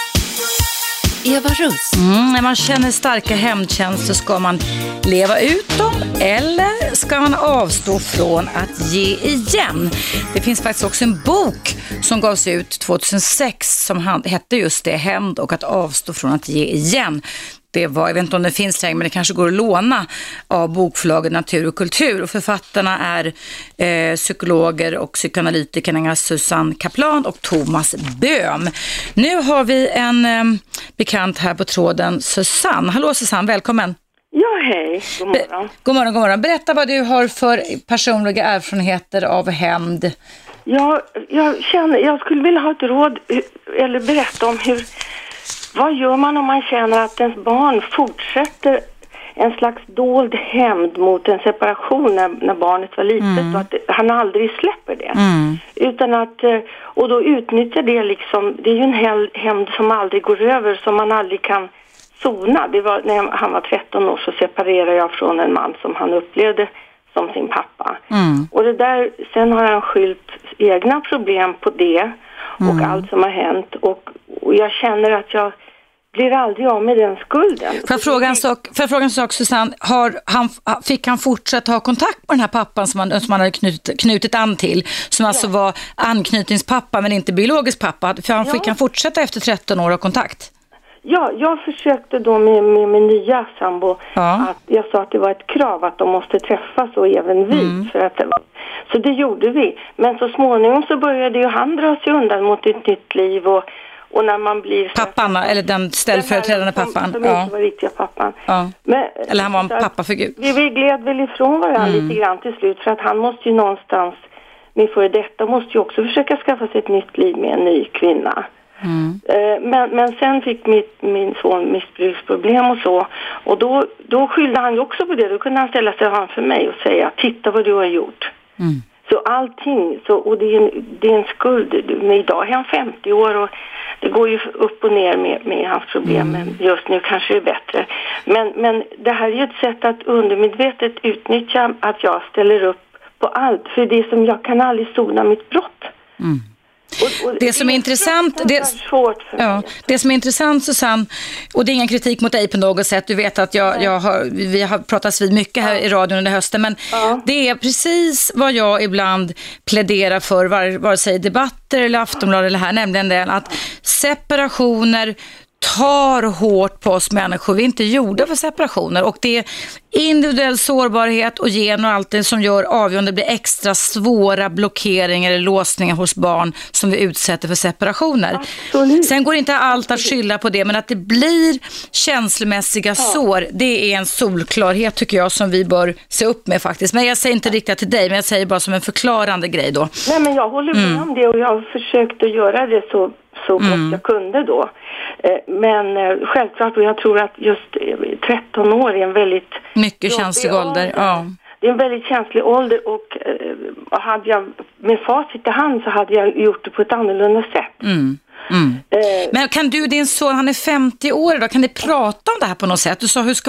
Speaker 1: Eva Russ.
Speaker 2: När man känner starka hämndkänslor, ska man leva ut dem eller ska man avstå från att ge igen? Det finns faktiskt också en bok som gavs ut 2006 som hette just det, hämnd och att avstå från att ge igen. Det var, jag vet inte om det finns längre, men det kanske går att låna av bokförlaget Natur och kultur. Och författarna är psykologer och psykoanalytikerna Susanne Kaplan och Thomas Böhm. Nu har vi en bekant här på tråden, Susanne. Hallå Susanne, välkommen.
Speaker 15: Ja, hej. God morgon.
Speaker 2: God morgon. Berätta vad du har för personliga erfarenheter av hämnd.
Speaker 15: Ja, jag skulle vilja ha ett råd eller berätta om vad gör man om man känner att ens barn fortsätter en slags dold hämnd mot en separation när barnet var litet och att han aldrig släpper det. Utan att, och då utnyttjar det liksom, det är ju en hämnd som aldrig går över, som man aldrig kan sona. Det var när han var 13 år så separerade jag från en man som han upplevde som sin pappa. Och det där, sen har han skyllt egna problem på det och allt som har hänt, och jag känner att jag blir aldrig av med den skulden.
Speaker 2: Får jag fråga en sak, Susanne? Fick han fortsätta ha kontakt med den här pappan som han hade knutit an till, som alltså var anknytningspappa men inte biologisk pappa? Fick han fortsätta efter 13 år av kontakt?
Speaker 15: Ja, jag försökte då med min nya sambo att jag sa att det var ett krav att de måste träffas, och även vi. Så det gjorde vi. Men så småningom så började ju han dra sig undan mot ett nytt liv, och när man blir...
Speaker 2: Pappan, eller den ställföreträdande pappan.
Speaker 15: Som inte var riktiga pappan.
Speaker 2: Ja. Men, eller han var en pappafigur.
Speaker 15: Vi gled väl ifrån varandra lite grann till slut, för att han måste ju någonstans, min före detta måste ju också försöka skaffa sig ett nytt liv med en ny kvinna. Men sen fick min son missbruksproblem och så, och då skyllde han ju också på det. Då kunde han ställa sig framför mig och säga, titta vad du har gjort. Så allting, och det är en skuld. Men idag är han 50 år och det går ju upp och ner med hans problem, men just nu kanske det är bättre. Men det här är ju ett sätt att undermedvetet utnyttja att jag ställer upp på allt, för det som jag kan aldrig sona mitt brott.
Speaker 2: Det som är intressant, det som är intressant, Susanne, och det är ingen kritik mot dig på något sätt, du vet att vi har pratat vid mycket här i radion under hösten, men det är precis vad jag ibland pläderar för, vare sig debatter eller Aftonbladet eller här, nämligen det att separationer tar hårt på oss människor. Vi är inte gjorda för separationer, och det är individuell sårbarhet och gener och allt det som gör avgörande. Det blir extra svåra blockeringar eller låsningar hos barn som vi utsätter för separationer. Absolut. Sen går inte allt att skylla på det, men att det blir känslomässiga sår, det är en solklarhet tycker jag som vi bör se upp med faktiskt. Men jag säger inte riktigt till dig, men jag säger bara som en förklarande grej då.
Speaker 15: Nej, men jag håller med om det, och jag har försökt att göra det så gott jag kunde då. Men självklart, och jag tror att just 13 år är en väldigt
Speaker 2: mycket känslig ålder. Ja.
Speaker 15: Det är en väldigt känslig ålder, och hade jag med facit i hand så hade jag gjort det på ett annorlunda sätt.
Speaker 2: Men kan du, din son, han är 50 år idag, kan ni prata om det här på något sätt? Du sa, hur ska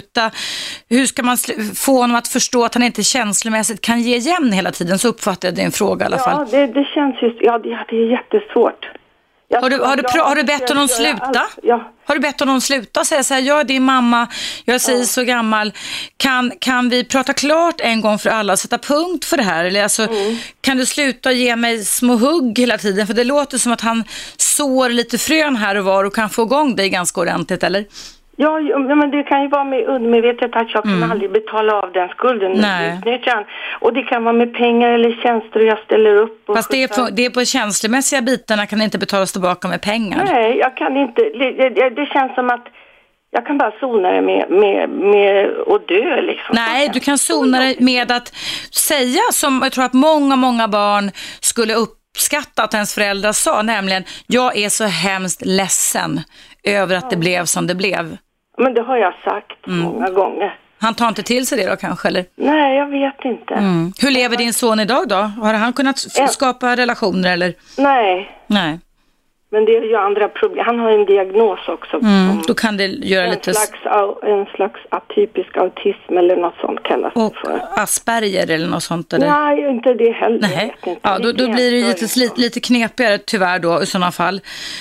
Speaker 2: man få honom att förstå att han inte känslomässigt kan ge igen hela tiden? Så uppfattar jag din fråga i alla fall.
Speaker 15: Ja, det känns just, det är jättesvårt.
Speaker 2: Har du bett honom sluta?
Speaker 15: Ja.
Speaker 2: Har du bett honom sluta och säga så här, jag är din mamma, jag säger så gammal. Kan vi prata klart en gång för alla, sätta punkt för det här? Eller alltså, kan du sluta ge mig små hugg hela tiden? För det låter som att han sår lite frön här och var och kan få igång dig ganska ordentligt, eller?
Speaker 15: Ja, men det kan ju vara med undermedvetet att jag kan aldrig betala av den skulden.
Speaker 2: Nej.
Speaker 15: Och det kan vara med pengar eller tjänster och jag ställer upp. Och
Speaker 2: fast det är på känslomässiga bitarna kan det inte betalas tillbaka med pengar.
Speaker 15: Nej, jag kan inte. Det känns som att jag kan bara sona det med att dö liksom.
Speaker 2: Nej, du kan sona det med att säga som jag tror att många barn skulle uppskatta att ens föräldrar sa, nämligen jag är så hemskt ledsen över att det blev som det blev.
Speaker 15: Men det har jag sagt många gånger.
Speaker 2: Han tar inte till sig det då kanske, eller?
Speaker 15: Nej, jag vet inte.
Speaker 2: Hur lever din son idag då? Har han kunnat skapa relationer eller? Nej.
Speaker 15: Men det är ju andra problem. Han har en diagnos också.
Speaker 2: Då kan det göra lite...
Speaker 15: En slags atypisk autism eller något sånt kallas det för. Asperger
Speaker 2: eller något sånt? Eller?
Speaker 15: Nej, inte det heller.
Speaker 2: Nej. Ja, då blir det lite knepigare tyvärr då i sådana fall.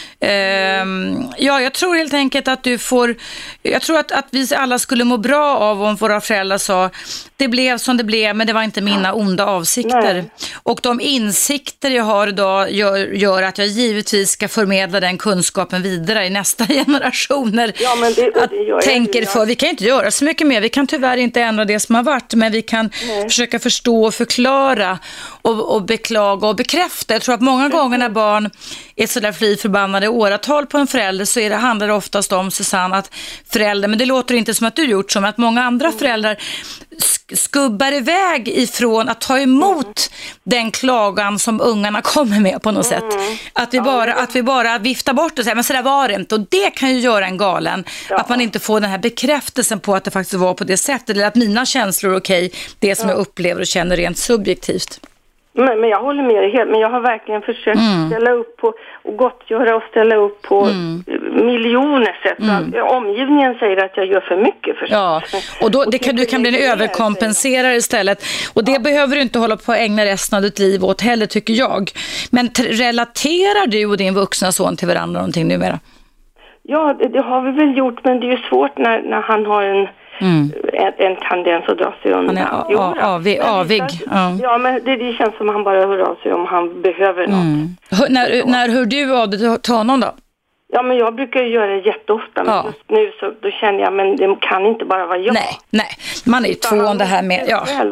Speaker 2: Jag tror helt enkelt att jag tror att vi alla skulle må bra av om våra föräldrar sa det blev som det blev, men det var inte mina onda avsikter. Nej. Och de insikter jag har idag gör att jag givetvis ska förmedla den kunskapen vidare i nästa generationer.
Speaker 15: Ja, men det gör
Speaker 2: tänker för. Vi kan inte göra så mycket mer. Vi kan tyvärr inte ändra det som har varit, men vi kan försöka förstå och förklara och beklaga och bekräfta. Jag tror att många gånger när barn är så där fri förbannade åratal på en förälder så handlar det oftast om, Susanne, att föräldrar, men det låter inte som att du gjort som att många andra föräldrar skubbar iväg ifrån att ta emot den klagan som ungarna kommer med på något sätt. Att vi bara viftar bort och säger, men så där var det inte. Och det kan ju göra en galen. Att man inte får den här bekräftelsen på att det faktiskt var på det sättet. Eller att mina känslor är okej, det som jag upplever och känner rent subjektivt.
Speaker 15: Men jag håller med dig helt. Men jag har verkligen försökt ställa upp på och gottgöra och ställa upp på miljoner sätt. Omgivningen säger att jag gör för mycket.
Speaker 2: Ja, och då du kan bli en överkompenserare istället. Och det behöver du inte hålla på att ägna resten av ditt liv åt heller, tycker jag. Men relaterar du och din vuxna son till varandra någonting numera?
Speaker 15: Ja, det har vi väl gjort, men det är ju svårt när han har en tendens att dra sig undan.
Speaker 2: Han är avig.
Speaker 15: Ja, men det känns som att han bara hör av sig om han behöver något.
Speaker 2: När hör du av dig till honom då?
Speaker 15: Ja, men jag brukar ju göra det jätteofta. Men just nu så då känner jag, men det kan inte bara vara jag.
Speaker 2: Nej. Man är ju två om det här med...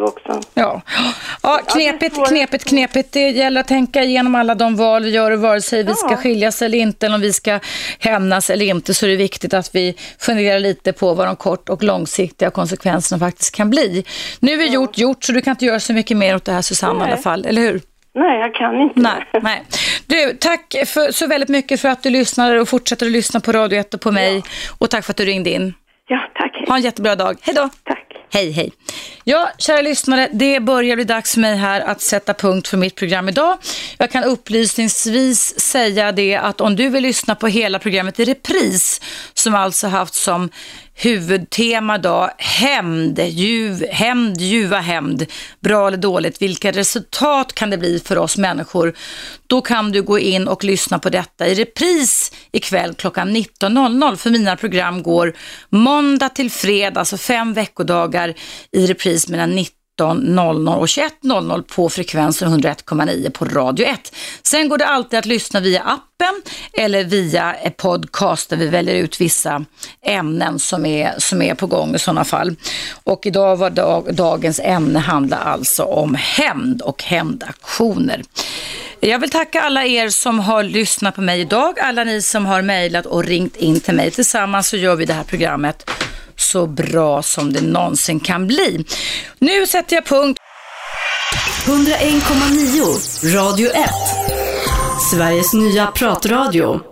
Speaker 2: Knepigt. Det gäller att tänka igenom alla de val vi gör, och vare sig vi ska skiljas eller inte, eller om vi ska hämnas eller inte, så är det viktigt att vi funderar lite på vad de kort- och långsiktiga konsekvenserna faktiskt kan bli. Nu är gjort, så du kan inte göra så mycket mer åt det här, Susanne, i alla fall, eller hur?
Speaker 15: Nej, jag kan inte.
Speaker 2: Nej. Du, tack så väldigt mycket för att du lyssnade och fortsätter att lyssna på Radio 1 och på mig. Och tack för att du ringde in.
Speaker 15: Ja, tack.
Speaker 2: Ha en jättebra dag. Hej då.
Speaker 15: Tack.
Speaker 2: Hej. Ja, kära lyssnare, det börjar bli dags för mig här att sätta punkt för mitt program idag. Jag kan upplysningsvis säga det att om du vill lyssna på hela programmet i repris, som alltså haft som huvudtema då hämnd, ljuva hämnd, bra eller dåligt, vilka resultat kan det bli för oss människor, då kan du gå in och lyssna på detta i repris ikväll klockan 19.00, för mina program går måndag till fredag, alltså 5 veckodagar i repris mellan 19.00 och 21.00 på frekvensen 101,9 på Radio 1. Sen går det alltid att lyssna via appen eller via podcast där vi väljer ut vissa ämnen som är på gång i sådana fall. Och idag var dagens ämne handlar alltså om hämnd och hämndaktioner. Jag vill tacka alla er som har lyssnat på mig idag, alla ni som har mejlat och ringt in till mig. Tillsammans så gör vi det här programmet så bra som det någonsin kan bli. Nu sätter jag punkt.
Speaker 1: 101,9 Radio 1. Sveriges nya pratradio.